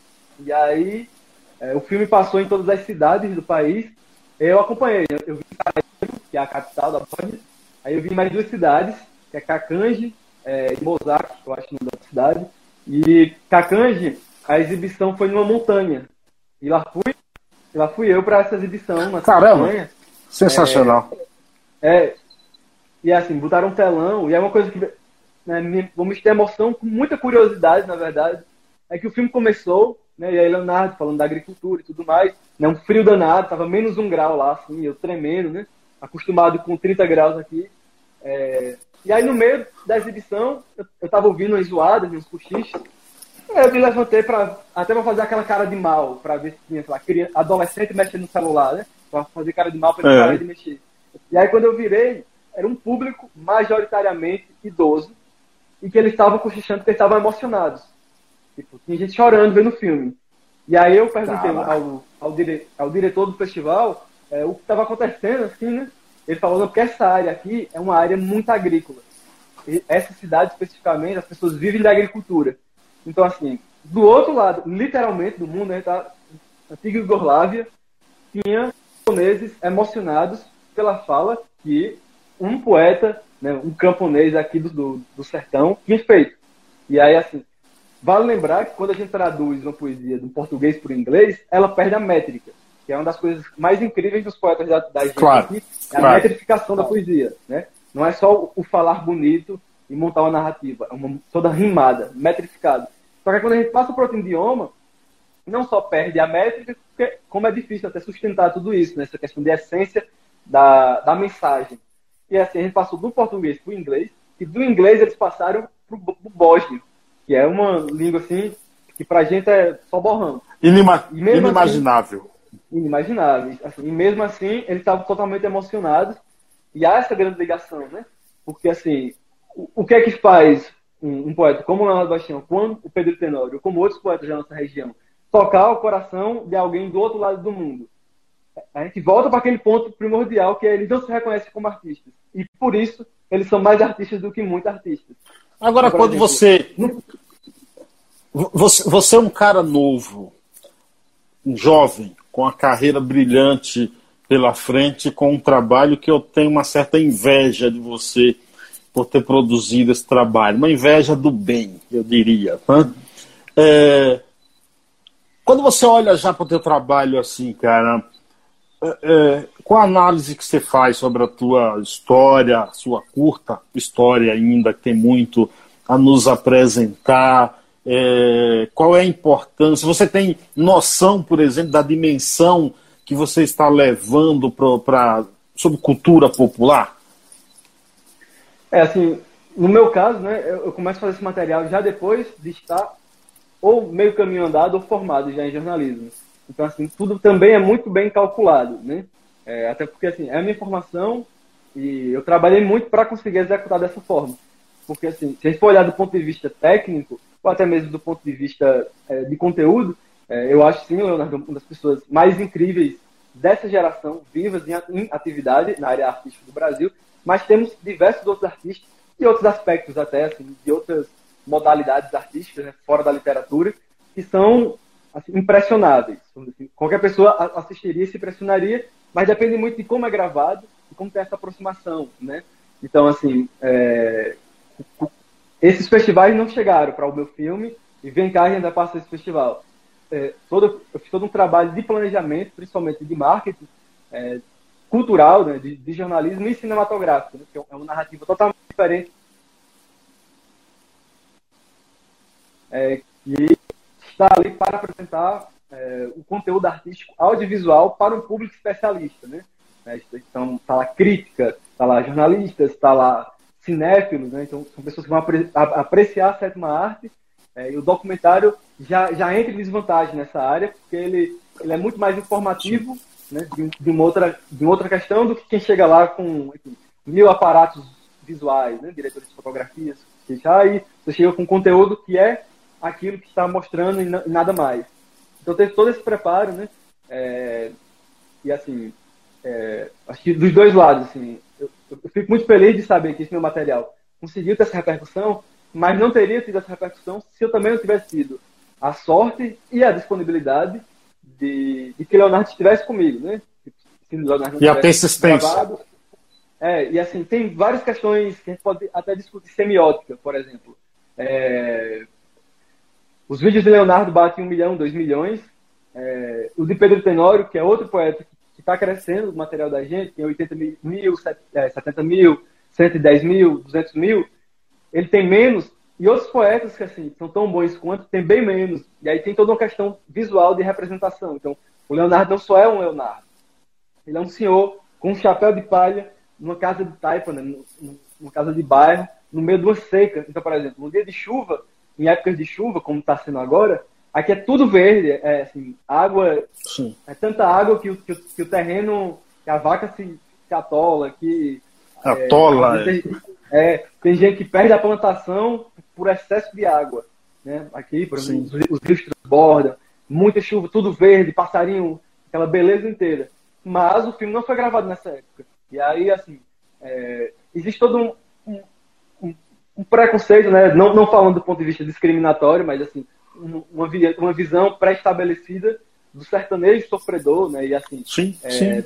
E aí, é, o filme passou em todas as cidades do país. Eu acompanhei. Eu, eu vi Sarajevo, que é a capital da Bósnia. Aí eu vi mais duas cidades, que é Kakanji é, e Mozart, eu acho o nome da cidade. E Kakanji, a exibição foi numa montanha. E lá fui, lá fui eu para essa exibição na Caramba. montanha. Sensacional. É, e assim, botaram um telão, e é uma coisa que, né, me, vamos ter emoção, com muita curiosidade, na verdade, é que o filme começou, né, e aí Leonardo falando da agricultura e tudo mais, né, um frio danado, tava menos um grau lá, assim, eu tremendo, né, acostumado com trinta graus aqui, é, e aí no meio da exibição, eu, eu tava ouvindo umas zoadas, uns cochichos, aí eu me levantei pra, até pra fazer aquela cara de mal, pra ver se tinha, sei lá, criança, adolescente mexendo no celular, né, pra fazer cara de mal pra ele É. parar de mexer. E aí, quando eu virei, era um público majoritariamente idoso e que eles estavam cochichando porque eles estavam emocionados. Tipo, tinha gente chorando vendo o filme. E aí eu perguntei ao, ao, dire, ao diretor do festival é, o que estava acontecendo, assim, né? Ele falou, não, porque essa área aqui é uma área muito agrícola. E essa cidade, especificamente, as pessoas vivem da agricultura. Então, assim, do outro lado, literalmente, do mundo, né, tá, antiga Iugoslávia, tinha japoneses emocionados pela fala que um poeta, né, um camponês aqui do, do, do sertão, tinha feito. E aí, assim, vale lembrar que quando a gente traduz uma poesia do português para o inglês, ela perde a métrica, que é uma das coisas mais incríveis dos poetas da, da gente claro, aqui, é a claro. metrificação da poesia, né? Não é só o falar bonito e montar uma narrativa, é uma toda rimada, metrificada. Só que quando a gente passa para outro idioma, não só perde a métrica, porque como é difícil até sustentar tudo isso, né? Essa questão de essência da, da mensagem. E assim, a gente passou do português para o inglês, e do inglês eles passaram para o bósnio, que é uma língua assim, que pra gente é só borrão. Inima inimaginável. Assim, inimaginável. Assim, e mesmo assim, eles estavam totalmente emocionados. E há essa grande ligação, né? Porque, assim, o, o que é que faz um, um poeta como o Leonardo Bastião, como o Pedro Tenório, como outros poetas da nossa região, tocar o coração de alguém do outro lado do mundo? A gente volta para aquele ponto primordial, que é eles não se reconhecem como artistas. E, por isso, eles são mais artistas do que muitos artistas. Agora, Por quando exemplo, você, você... Você é um cara novo, um jovem, com a carreira brilhante pela frente, com um trabalho que eu tenho uma certa inveja de você por ter produzido esse trabalho. Uma inveja do bem, eu diria. Né? É... Quando você olha já para o teu trabalho assim, cara... É, com a análise que você faz sobre a tua história, a sua curta história ainda, que tem muito a nos apresentar, é, qual é a importância? Você tem noção, por exemplo, da dimensão que você está levando para sobre cultura popular? É, assim, no meu caso, né, eu começo a fazer esse material já depois de estar ou meio caminho andado ou formado já em jornalismo. Então, assim, tudo também é muito bem calculado, né? É, até porque, assim, é a minha formação e eu trabalhei muito para conseguir executar dessa forma. Porque, assim, se a gente for olhar do ponto de vista técnico, ou até mesmo do ponto de vista é, de conteúdo, é, eu acho, sim, o Leonardo, uma das pessoas mais incríveis dessa geração, vivas em atividade na área artística do Brasil, mas temos diversos outros artistas e outros aspectos até, assim, de outras modalidades artísticas, né, fora da literatura, que são... Assim, impressionáveis. Assim, qualquer pessoa assistiria e se impressionaria, mas depende muito de como é gravado e como tem essa aproximação, né? Então, assim, é... esses festivais não chegaram para o meu filme e vem cá e ainda passa esse festival. É, todo, eu fiz todo um trabalho de planejamento, principalmente de marketing, é, cultural, né, de, de jornalismo e cinematográfico, né, que é uma narrativa totalmente diferente. É, que está ali para apresentar é, o conteúdo artístico audiovisual para um público especialista, né? Então, está lá crítica, está lá jornalistas, está lá cinéfilos, né? Então, são pessoas que vão apre apreciar a sétima arte, é, e o documentário já, já entra em desvantagem nessa área, porque ele, ele é muito mais informativo, né, de, de, uma outra, de uma outra questão do que quem chega lá com, enfim, mil aparatos visuais, né, diretores de fotografias, aí você chega com conteúdo que é aquilo que está mostrando e nada mais. Então teve todo esse preparo, né? É, e assim, é, acho que dos dois lados, assim, eu, eu fico muito feliz de saber que esse meu material conseguiu ter essa repercussão, mas não teria tido essa repercussão se eu também não tivesse tido a sorte e a disponibilidade de, de que Leonardo estivesse comigo, né? Se Leonardo não e a persistência. Gravado. É, e assim, tem várias questões que a gente pode até discutir, semiótica, por exemplo. É, os vídeos de Leonardo batem um milhão, dois milhões. É, o de Pedro Tenório, que é outro poeta que está crescendo o material da gente, tem oitenta mil, setenta mil, cento e dez mil, duzentos mil, ele tem menos. E outros poetas que assim, são tão bons quanto, tem bem menos. E aí tem toda uma questão visual de representação. Então, o Leonardo não só é um Leonardo. Ele é um senhor com um chapéu de palha, numa casa de taipa, né, numa casa de bairro, no meio de uma seca. Então, por exemplo, no dia de chuva, em épocas de chuva, como está sendo agora, aqui é tudo verde, é assim, água, Sim. é tanta água que o, que o, que o terreno, que a vaca se, se atola, que... Atola, é, tem, é, tem gente que perde a plantação por excesso de água, né? Aqui, por exemplo, os, os rios transbordam, muita chuva, tudo verde, passarinho, aquela beleza inteira. Mas o filme não foi gravado nessa época. E aí, assim, é, existe todo um, um, um, um preconceito, né? Não, não falando do ponto de vista discriminatório, mas assim, uma, uma visão pré-estabelecida do sertanejo sofredor, né? E assim, sim, é, sim, sim.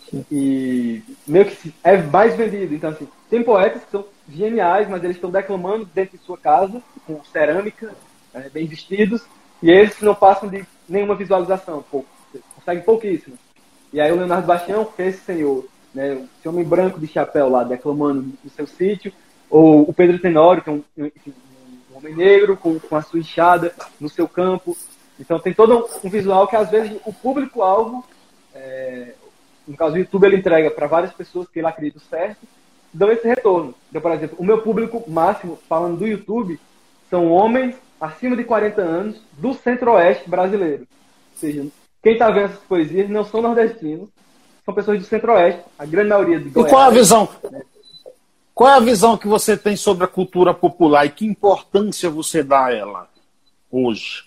e meio que é mais vendido. Então, assim, tem poetas que são geniais, mas eles estão declamando dentro de sua casa, com cerâmica, é, bem vestidos, e eles não passam de nenhuma visualização, pouco, conseguem pouquíssimo. E aí o Leonardo Bastião, que é esse senhor, né, esse homem branco de chapéu lá, declamando no seu sítio, ou o Pedro Tenório, que é um, enfim, um homem negro, com, com a sua enxada no seu campo. Então tem todo um visual que às vezes o público-alvo, é, no caso do YouTube, ele entrega para várias pessoas que ele acredita certo, dão esse retorno. Então, por exemplo, o meu público máximo, falando do YouTube, são homens acima de quarenta anos do centro-oeste brasileiro. Ou seja, quem está vendo essas poesias não são nordestinos, são pessoas do centro-oeste, a grande maioria de Goiás. E qual é a visão? Né? Qual é a visão que você tem sobre a cultura popular e que importância você dá a ela hoje?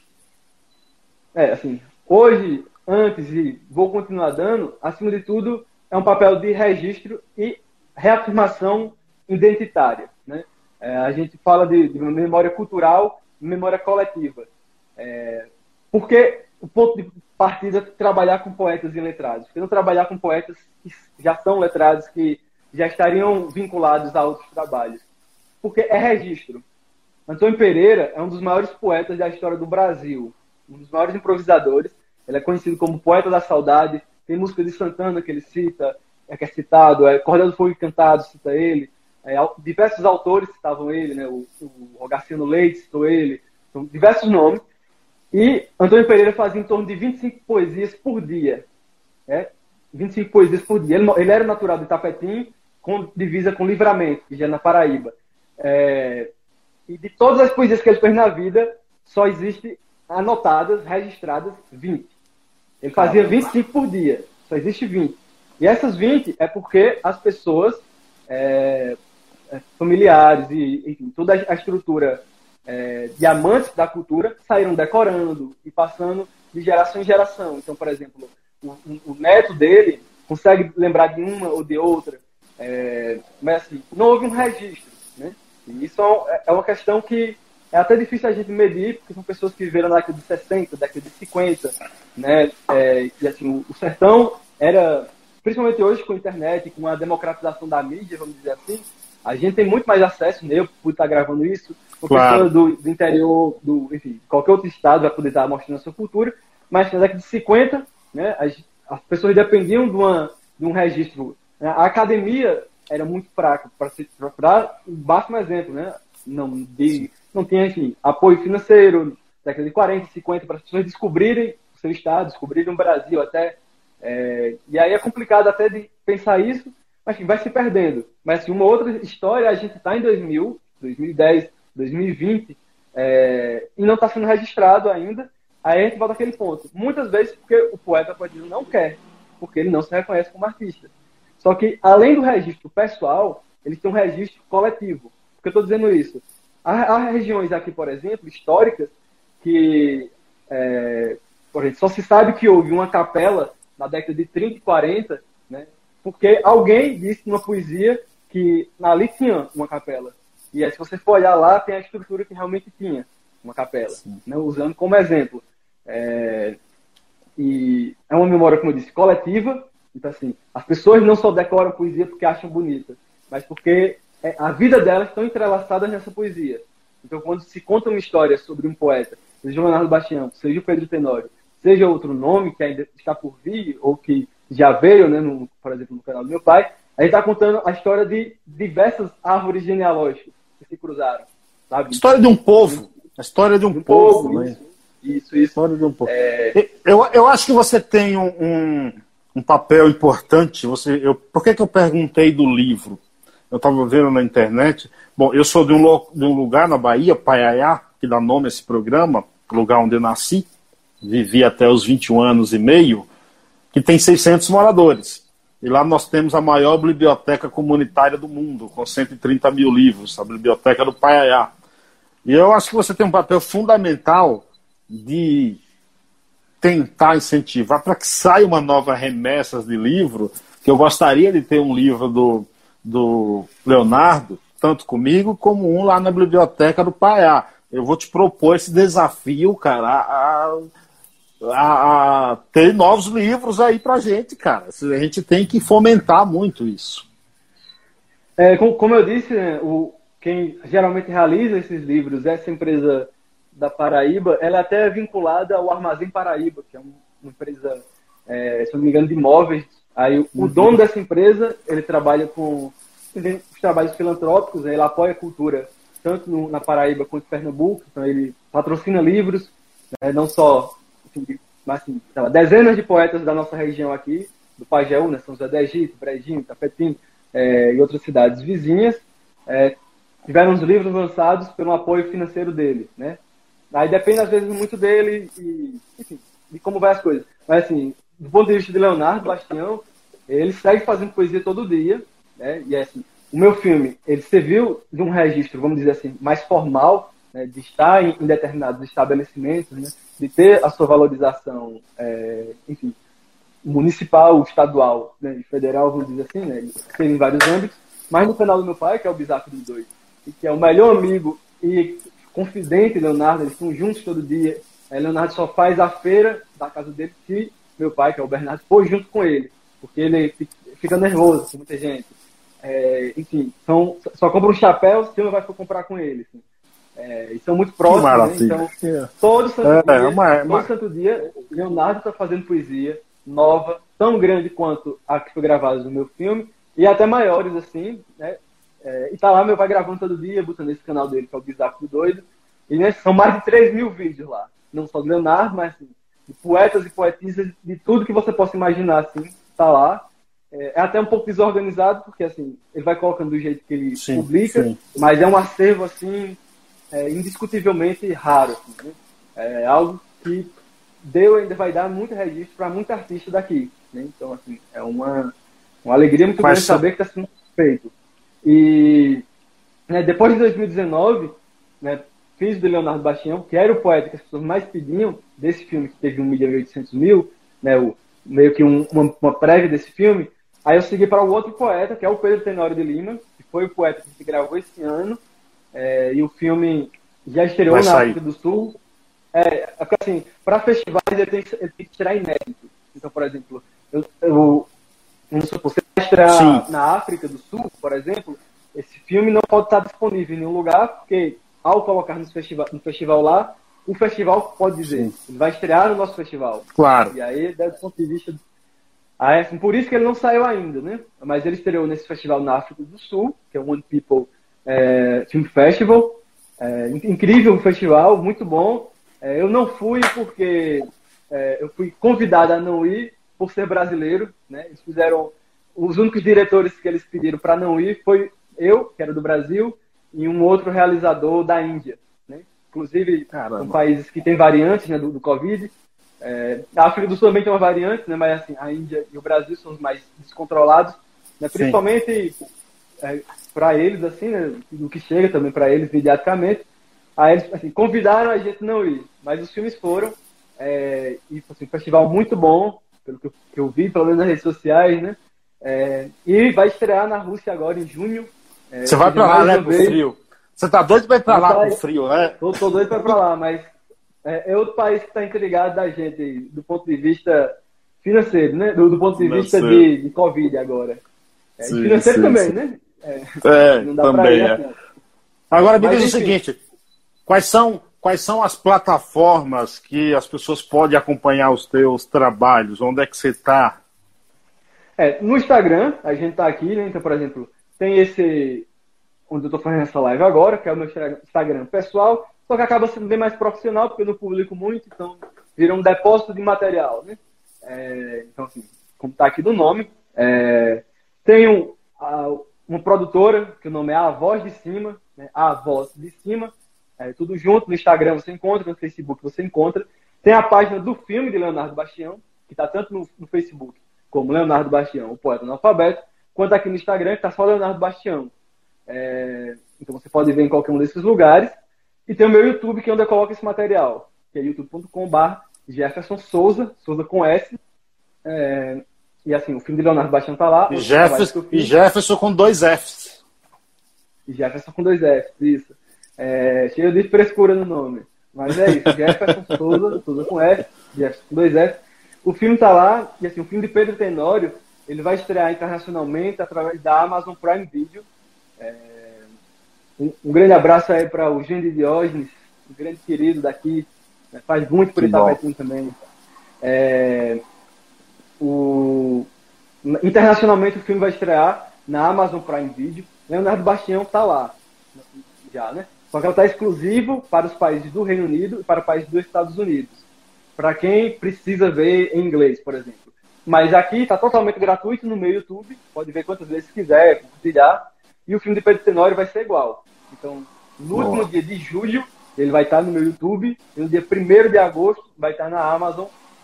É, assim, hoje, antes e vou continuar dando, acima de tudo, é um papel de registro e reafirmação identitária, né? É, a gente fala de, de memória cultural e memória coletiva. É, porque o ponto de partida é trabalhar com poetas e letrados. Porque não trabalhar com poetas que já são letrados, que já estariam vinculados a outros trabalhos. Porque é registro. Antônio Pereira é um dos maiores poetas da história do Brasil. Um dos maiores improvisadores. Ele é conhecido como poeta da saudade. Tem música de Santana que ele cita, é, que é citado. É, Cordel do Fogo Encantado cita ele. É, diversos autores citavam ele, né? O, o Rogaciano Leite citou ele. São diversos nomes. E Antônio Pereira fazia em torno de vinte e cinco poesias por dia. Né? vinte e cinco poesias por dia. Ele, ele era natural de Itapetim, com divisa com Livramento, que já é na Paraíba. É, e de todas as poesias que ele fez na vida, só existe anotadas, registradas, vinte. Ele fazia vinte e cinco por dia. Só existe vinte. E essas vinte é porque as pessoas, é, familiares e, enfim, toda a estrutura é, de amantes da cultura saíram decorando e passando de geração em geração. Então, por exemplo, o, o neto dele consegue lembrar de uma ou de outra, é, mas assim, não houve um registro, né? E isso é uma questão que é até difícil a gente medir, porque são pessoas que viveram na década de sessenta, década de cinquenta, né? É, e assim, o sertão era, principalmente hoje com a internet, com a democratização da mídia, vamos dizer assim, a gente tem muito mais acesso, né? Eu pude estar gravando isso, com claro. pessoas do, do interior, do, enfim, qualquer outro estado vai poder estar mostrando a sua cultura, mas na década de cinquenta, né, as, as pessoas dependiam de, uma, de um registro. A academia era muito fraca, para dar o máximo exemplo, né? Não, de, não tinha, enfim, apoio financeiro, década de quarenta, cinquenta, para as pessoas descobrirem o seu estado, descobrirem o Brasil até. É, e aí é complicado até de pensar isso, mas enfim, vai se perdendo. Mas assim, uma outra história, a gente está em dois mil, dois mil e dez, dois mil e vinte, é, e não está sendo registrado ainda. Aí a gente volta àquele ponto. Muitas vezes porque o poeta poeta não quer, porque ele não se reconhece como artista. Só que, além do registro pessoal, eles têm um registro coletivo. Por que eu estou dizendo isso? Há, há regiões aqui, por exemplo, históricas, que é, por exemplo, só se sabe que houve uma capela na década de trinta e quarenta, né, porque alguém disse numa poesia que ali tinha uma capela. E aí, se você for olhar lá, tem a estrutura que realmente tinha uma capela, né, usando como exemplo. É, e é uma memória, como eu disse, coletiva. Então, assim, as pessoas não só decoram poesia porque acham bonita, mas porque a vida delas estão entrelaçadas nessa poesia. Então, quando se conta uma história sobre um poeta, seja o Leonardo Bastião, seja o Pedro Tenório, seja outro nome que ainda está por vir, ou que já veio, né, no, por exemplo, no canal do meu pai, a gente está contando a história de diversas árvores genealógicas que se cruzaram. Sabe? História de um povo. A história de um, de um povo. povo né? Isso, isso. isso. História de um povo. É... Eu, eu acho que você tem um... um... um papel importante. Você, eu, por que, que eu perguntei do livro? Eu estava vendo na internet. Bom, eu sou de um, de um lugar na Bahia, Paiaiá, que dá nome a esse programa, lugar onde eu nasci, vivi até os vinte e um anos e meio, que tem seiscentos moradores. E lá nós temos a maior biblioteca comunitária do mundo, com cento e trinta mil livros, a Biblioteca do Paiaiá. E eu acho que você tem um papel fundamental de tentar incentivar para que saia uma nova remessa de livro, que eu gostaria de ter um livro do, do Leonardo, tanto comigo, como um lá na Biblioteca do Paiá. Eu vou te propor esse desafio, cara, a, a, a ter novos livros aí pra gente, cara. A gente tem que fomentar muito isso. É, como, como eu disse, né, o, quem geralmente realiza esses livros, essa empresa da Paraíba, ela é até vinculada ao Armazém Paraíba, que é uma empresa, é, se não me engano, de imóveis. Aí o uhum. dono dessa empresa, ele trabalha com os trabalhos filantrópicos, né, ele apoia a cultura, tanto no, na Paraíba quanto em Pernambuco, então ele patrocina livros, né, não só, assim, mas assim, dezenas de poetas da nossa região aqui, do Pajeú, né, São José do Egito, Brejinho, Tapetim, é, e outras cidades vizinhas, é, tiveram os livros lançados pelo apoio financeiro dele, né? Aí depende, às vezes, muito dele e, enfim, de como vai as coisas. Mas, assim, do ponto de vista de Leonardo Bastião, ele segue fazendo poesia todo dia, né? E, assim, o meu filme, ele serviu de um registro, vamos dizer assim, mais formal, né? De estar em, em determinados estabelecimentos, né? De ter a sua valorização, é, enfim, municipal, estadual, né? E federal, vamos dizer assim, né? Ter em vários âmbitos. Mas no canal do meu pai, que é o Bisaco dos Dois, e que é o melhor amigo e confidente de Leonardo, eles estão juntos todo dia. É, Leonardo só faz a feira da casa dele que meu pai, que é o Bernardo, foi junto com ele, porque ele fica nervoso com muita gente. É, enfim, são, só compra um chapéu se ele vai for comprar com ele. Assim. É, e são muito próximos, né? Então, todo santo, é, dia, é, todo santo dia, Leonardo está fazendo poesia nova, tão grande quanto a que foi gravada no meu filme, e até maiores, assim, né? É, e tá lá meu pai gravando todo dia, botando esse canal dele, que é o Bisaco do Doido. E né, são mais de três mil vídeos lá. Não só do Leonardo, mas assim, de poetas e poetisas, de tudo que você possa imaginar, assim, tá lá. É, é até um pouco desorganizado, porque assim, ele vai colocando do jeito que ele sim, publica, sim. Mas é um acervo, assim, é, indiscutivelmente raro. Assim, né? É algo que Deus ainda vai dar muito registro para muito artista daqui. Né? Então, assim, é uma, uma alegria muito grande saber que está sendo feito. E né, depois de dois mil e dezenove, né, fiz do Leonardo Bastião, que era o poeta que as pessoas mais pediam desse filme, que teve um milhão e oitocentos mil, né, o, meio que um, uma, uma prévia desse filme. Aí eu segui para o outro poeta, que é o Pedro Tenório de Lima, que foi o poeta que se gravou esse ano, é, e o filme já estreou Vai na sair. África do Sul. É, assim, para festivais ele tem, ele tem que tirar inédito. Então, por exemplo, eu, eu vamos supor, você vai estrear Sim. na África do Sul, por exemplo, esse filme não pode estar disponível em nenhum lugar, porque ao colocar no festival, no festival lá, o festival pode dizer, Sim. ele vai estrear no nosso festival. Claro. E aí, do ponto de vista... Ah, é, assim, por isso que ele não saiu ainda, né? Mas ele estreou nesse festival na África do Sul, que é o One People é, Film Festival. É, incrível um festival, muito bom. É, eu não fui porque é, eu fui convidado a não ir, por ser brasileiro, né? Eles fizeram, os únicos diretores que eles pediram para não ir foi eu, que era do Brasil, e um outro realizador da Índia, né? Inclusive, Caramba. São países que têm variantes, né, do, do Covid. É, a África do Sul também tem uma variante, né? Mas assim, a Índia e o Brasil são os mais descontrolados, né? Principalmente é, para eles, assim, né? Do que chega também para eles mediaticamente. Aí eles assim, convidaram a gente a não ir, mas os filmes foram, é, e assim, um festival muito bom, pelo que eu, que eu vi, pelo menos nas redes sociais, né? É, e vai estrear na Rússia agora em junho. É, Você vai pra lá, né, pro frio? Você tá doido pra ir pra lá pro frio, né? Tô, tô doido pra ir pra lá, mas é, é outro país que tá intrigado da gente, do ponto de vista financeiro, né? Do, do ponto de vista de, de Covid agora. É, sim, financeiro sim, também, sim. né? É, é não dá também, pra ir, é. Assim. Agora, me diz o seguinte, quais são... Quais são as plataformas que as pessoas podem acompanhar os teus trabalhos? Onde é que você está? É, no Instagram, a gente está aqui, né? Então, por exemplo, tem esse... Onde eu estou fazendo essa live agora, que é o meu Instagram pessoal, só que acaba sendo bem mais profissional, porque eu não publico muito, então vira um depósito de material, né? É, então, assim, como está aqui no nome, é, tenho a, uma produtora, que o nome é A Voz de Cima, né? A Voz de Cima, É, tudo junto, no Instagram você encontra, no Facebook você encontra. Tem a página do filme de Leonardo Bastião, que está tanto no, no Facebook como Leonardo Bastião, o poeta analfabeto, quanto aqui no Instagram, que está só Leonardo Bastião. É, então você pode ver em qualquer um desses lugares. E tem o meu YouTube, que é onde eu coloco esse material, que é youtube ponto com barra Jefferson Souza, Souza com S. É, e assim, o filme de Leonardo Bastião está lá. E Jefferson, e Jefferson com dois Fs. E Jefferson com dois Fs, isso. É, cheio de frescura no nome. Mas é isso, Jefferson Souza, Souza com F, Jefferson com dois F. O filme tá lá, e assim, o filme de Pedro Tenório, ele vai estrear internacionalmente através da Amazon Prime Video. É... Um, um grande abraço aí para o Gênio de Diógenes, um grande querido daqui, né? Faz muito por Itapetinho também. É... O... Internacionalmente o filme vai estrear na Amazon Prime Video. Leonardo Bastião tá lá, já, né? Só que ela está exclusivo para os países do Reino Unido e para países dos Estados Unidos. Para quem precisa ver em inglês, por exemplo. Mas aqui está totalmente gratuito no meu YouTube. Pode ver quantas vezes quiser, compartilhar. E o filme de Pedro Tenório vai ser igual. Então, no Boa. último dia de julho, ele vai estar no meu YouTube. E no dia primeiro de agosto, vai estar na Amazon.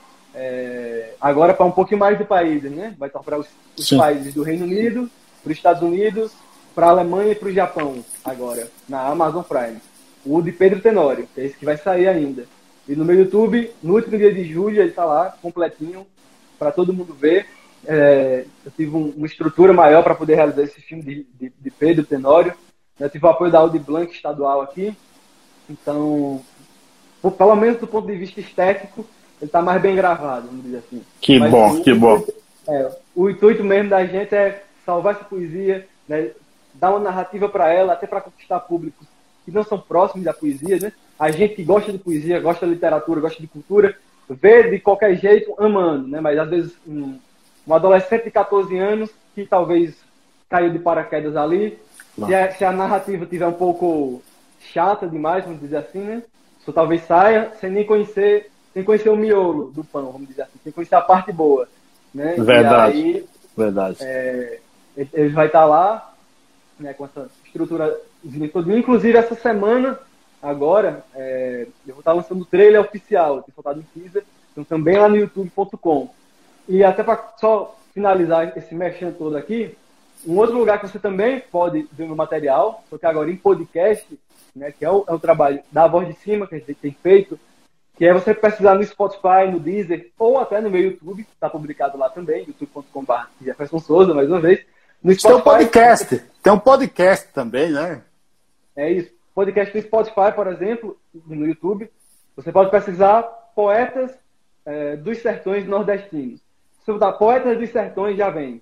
É, agora para um pouquinho mais de países, né? Vai estar para os, os países do Reino Unido, para os Estados Unidos, para a Alemanha e para o Japão, agora, na Amazon Prime. O de Pedro Tenório, que é esse que vai sair ainda. E no meu YouTube, no último dia de julho, ele está lá, completinho, para todo mundo ver. É, eu tive um, uma estrutura maior para poder realizar esse filme de, de, de Pedro Tenório. Eu tive o apoio da Audi Blanc estadual aqui. Então, pelo menos do ponto de vista estético, ele está mais bem gravado, vamos dizer assim. Que Mas bom, o, que bom. É, o intuito mesmo da gente é salvar essa poesia, né, dar uma narrativa para ela, até para conquistar públicos que não são próximos da poesia, né? A gente que gosta de poesia, gosta de literatura, gosta de cultura, vê de qualquer jeito amando, né? Mas às vezes um, um adolescente de catorze anos que talvez caiu de paraquedas ali, se a, se a narrativa tiver um pouco chata demais, vamos dizer assim, né? Só talvez saia sem nem conhecer, sem conhecer o miolo do pão, vamos dizer assim, sem conhecer a parte boa, né? Verdade. E aí, Verdade. É, ele vai estar lá, né, com essa estrutura todinha. Inclusive, essa semana, agora, é, eu vou estar lançando o trailer oficial, tem soltado em teaser, então também lá no youtube ponto com. E até para só finalizar esse merchan todo aqui, um outro lugar que você também pode ver meu material, só que agora em podcast, né, que é o, é o trabalho da Voz de Cima, que a gente tem feito, que é você pesquisar no Spotify, no Deezer, ou até no meu YouTube, que está publicado lá também, youtube ponto com ponto br Jefferson Souza, mais uma vez. No Spotify, tem um podcast, tem um podcast também, né? É isso. Podcast no Spotify, por exemplo, no YouTube, você pode pesquisar poetas é, dos sertões nordestinos. Se você botar poetas dos sertões, já vem.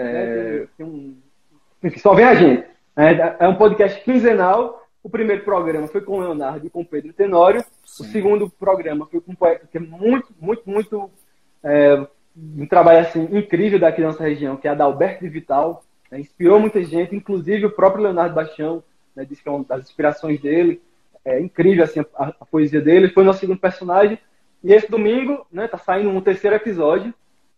É, tem um... Enfim, só vem a gente. É, é um podcast quinzenal. O primeiro programa foi com o Leonardo e com o Pedro Tenório. Sim. O segundo programa foi com um poeta que é muito, muito, muito... É, um trabalho assim, incrível daqui da nossa região, que é a Adalberto de Vital. É, inspirou muita gente, inclusive o próprio Leonardo Bastião, né, disse que é uma das inspirações dele. É incrível assim, a, a poesia dele. Foi nosso segundo personagem. E esse domingo, né, tá saindo um terceiro episódio.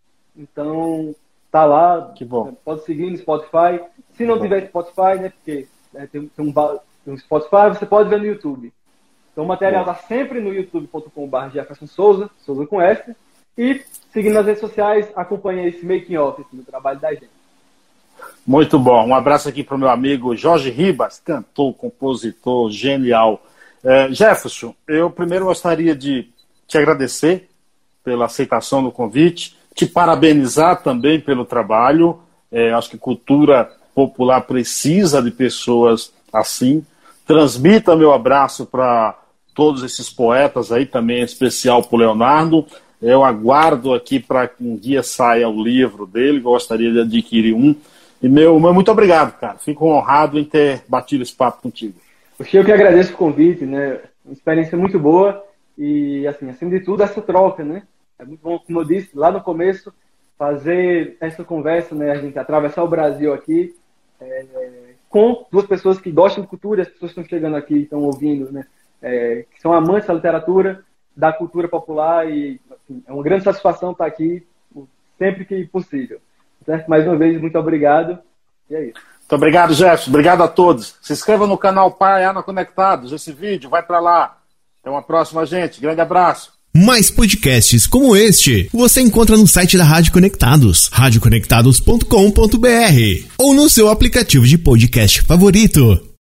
Então, tá lá. Que bom. Pode seguir no Spotify. Se não tiver Spotify, né, porque né, tem, tem, um, tem um Spotify, você pode ver no YouTube. Então o material está sempre no youtube ponto com ponto br Jefferson Souza, Souza com S. E seguindo nas redes sociais, acompanhe esse making off do trabalho da gente. Muito bom. Um abraço aqui para o meu amigo Jorge Ribas, cantor, compositor, genial. É, Jefferson, eu primeiro gostaria de te agradecer pela aceitação do convite, te parabenizar também pelo trabalho. É, acho que cultura popular precisa de pessoas assim. Transmita meu abraço para todos esses poetas aí, também em especial para o Leonardo. Eu aguardo aqui para que um dia saia o livro dele, gostaria de adquirir um. E meu, meu muito obrigado, cara. Fico honrado em ter batido esse papo contigo. Eu que agradeço o convite, né? Uma experiência muito boa e, assim, acima de tudo, essa troca, né? É muito bom, como eu disse lá no começo, fazer essa conversa, né? A gente atravessar o Brasil aqui é, com duas pessoas que gostam de cultura, as pessoas que estão chegando aqui, estão ouvindo, né? É, que são amantes da literatura, da cultura popular e assim, é uma grande satisfação estar aqui sempre que possível. Certo? Mais uma vez, muito obrigado. E é isso. Muito obrigado, Jefferson. Obrigado a todos. Se inscreva no canal Paiana Conectados. Esse vídeo vai para lá. Até uma próxima, gente. Grande abraço. Mais podcasts como este você encontra no site da Rádio Conectados, rádio conectados ponto com ponto br ou no seu aplicativo de podcast favorito.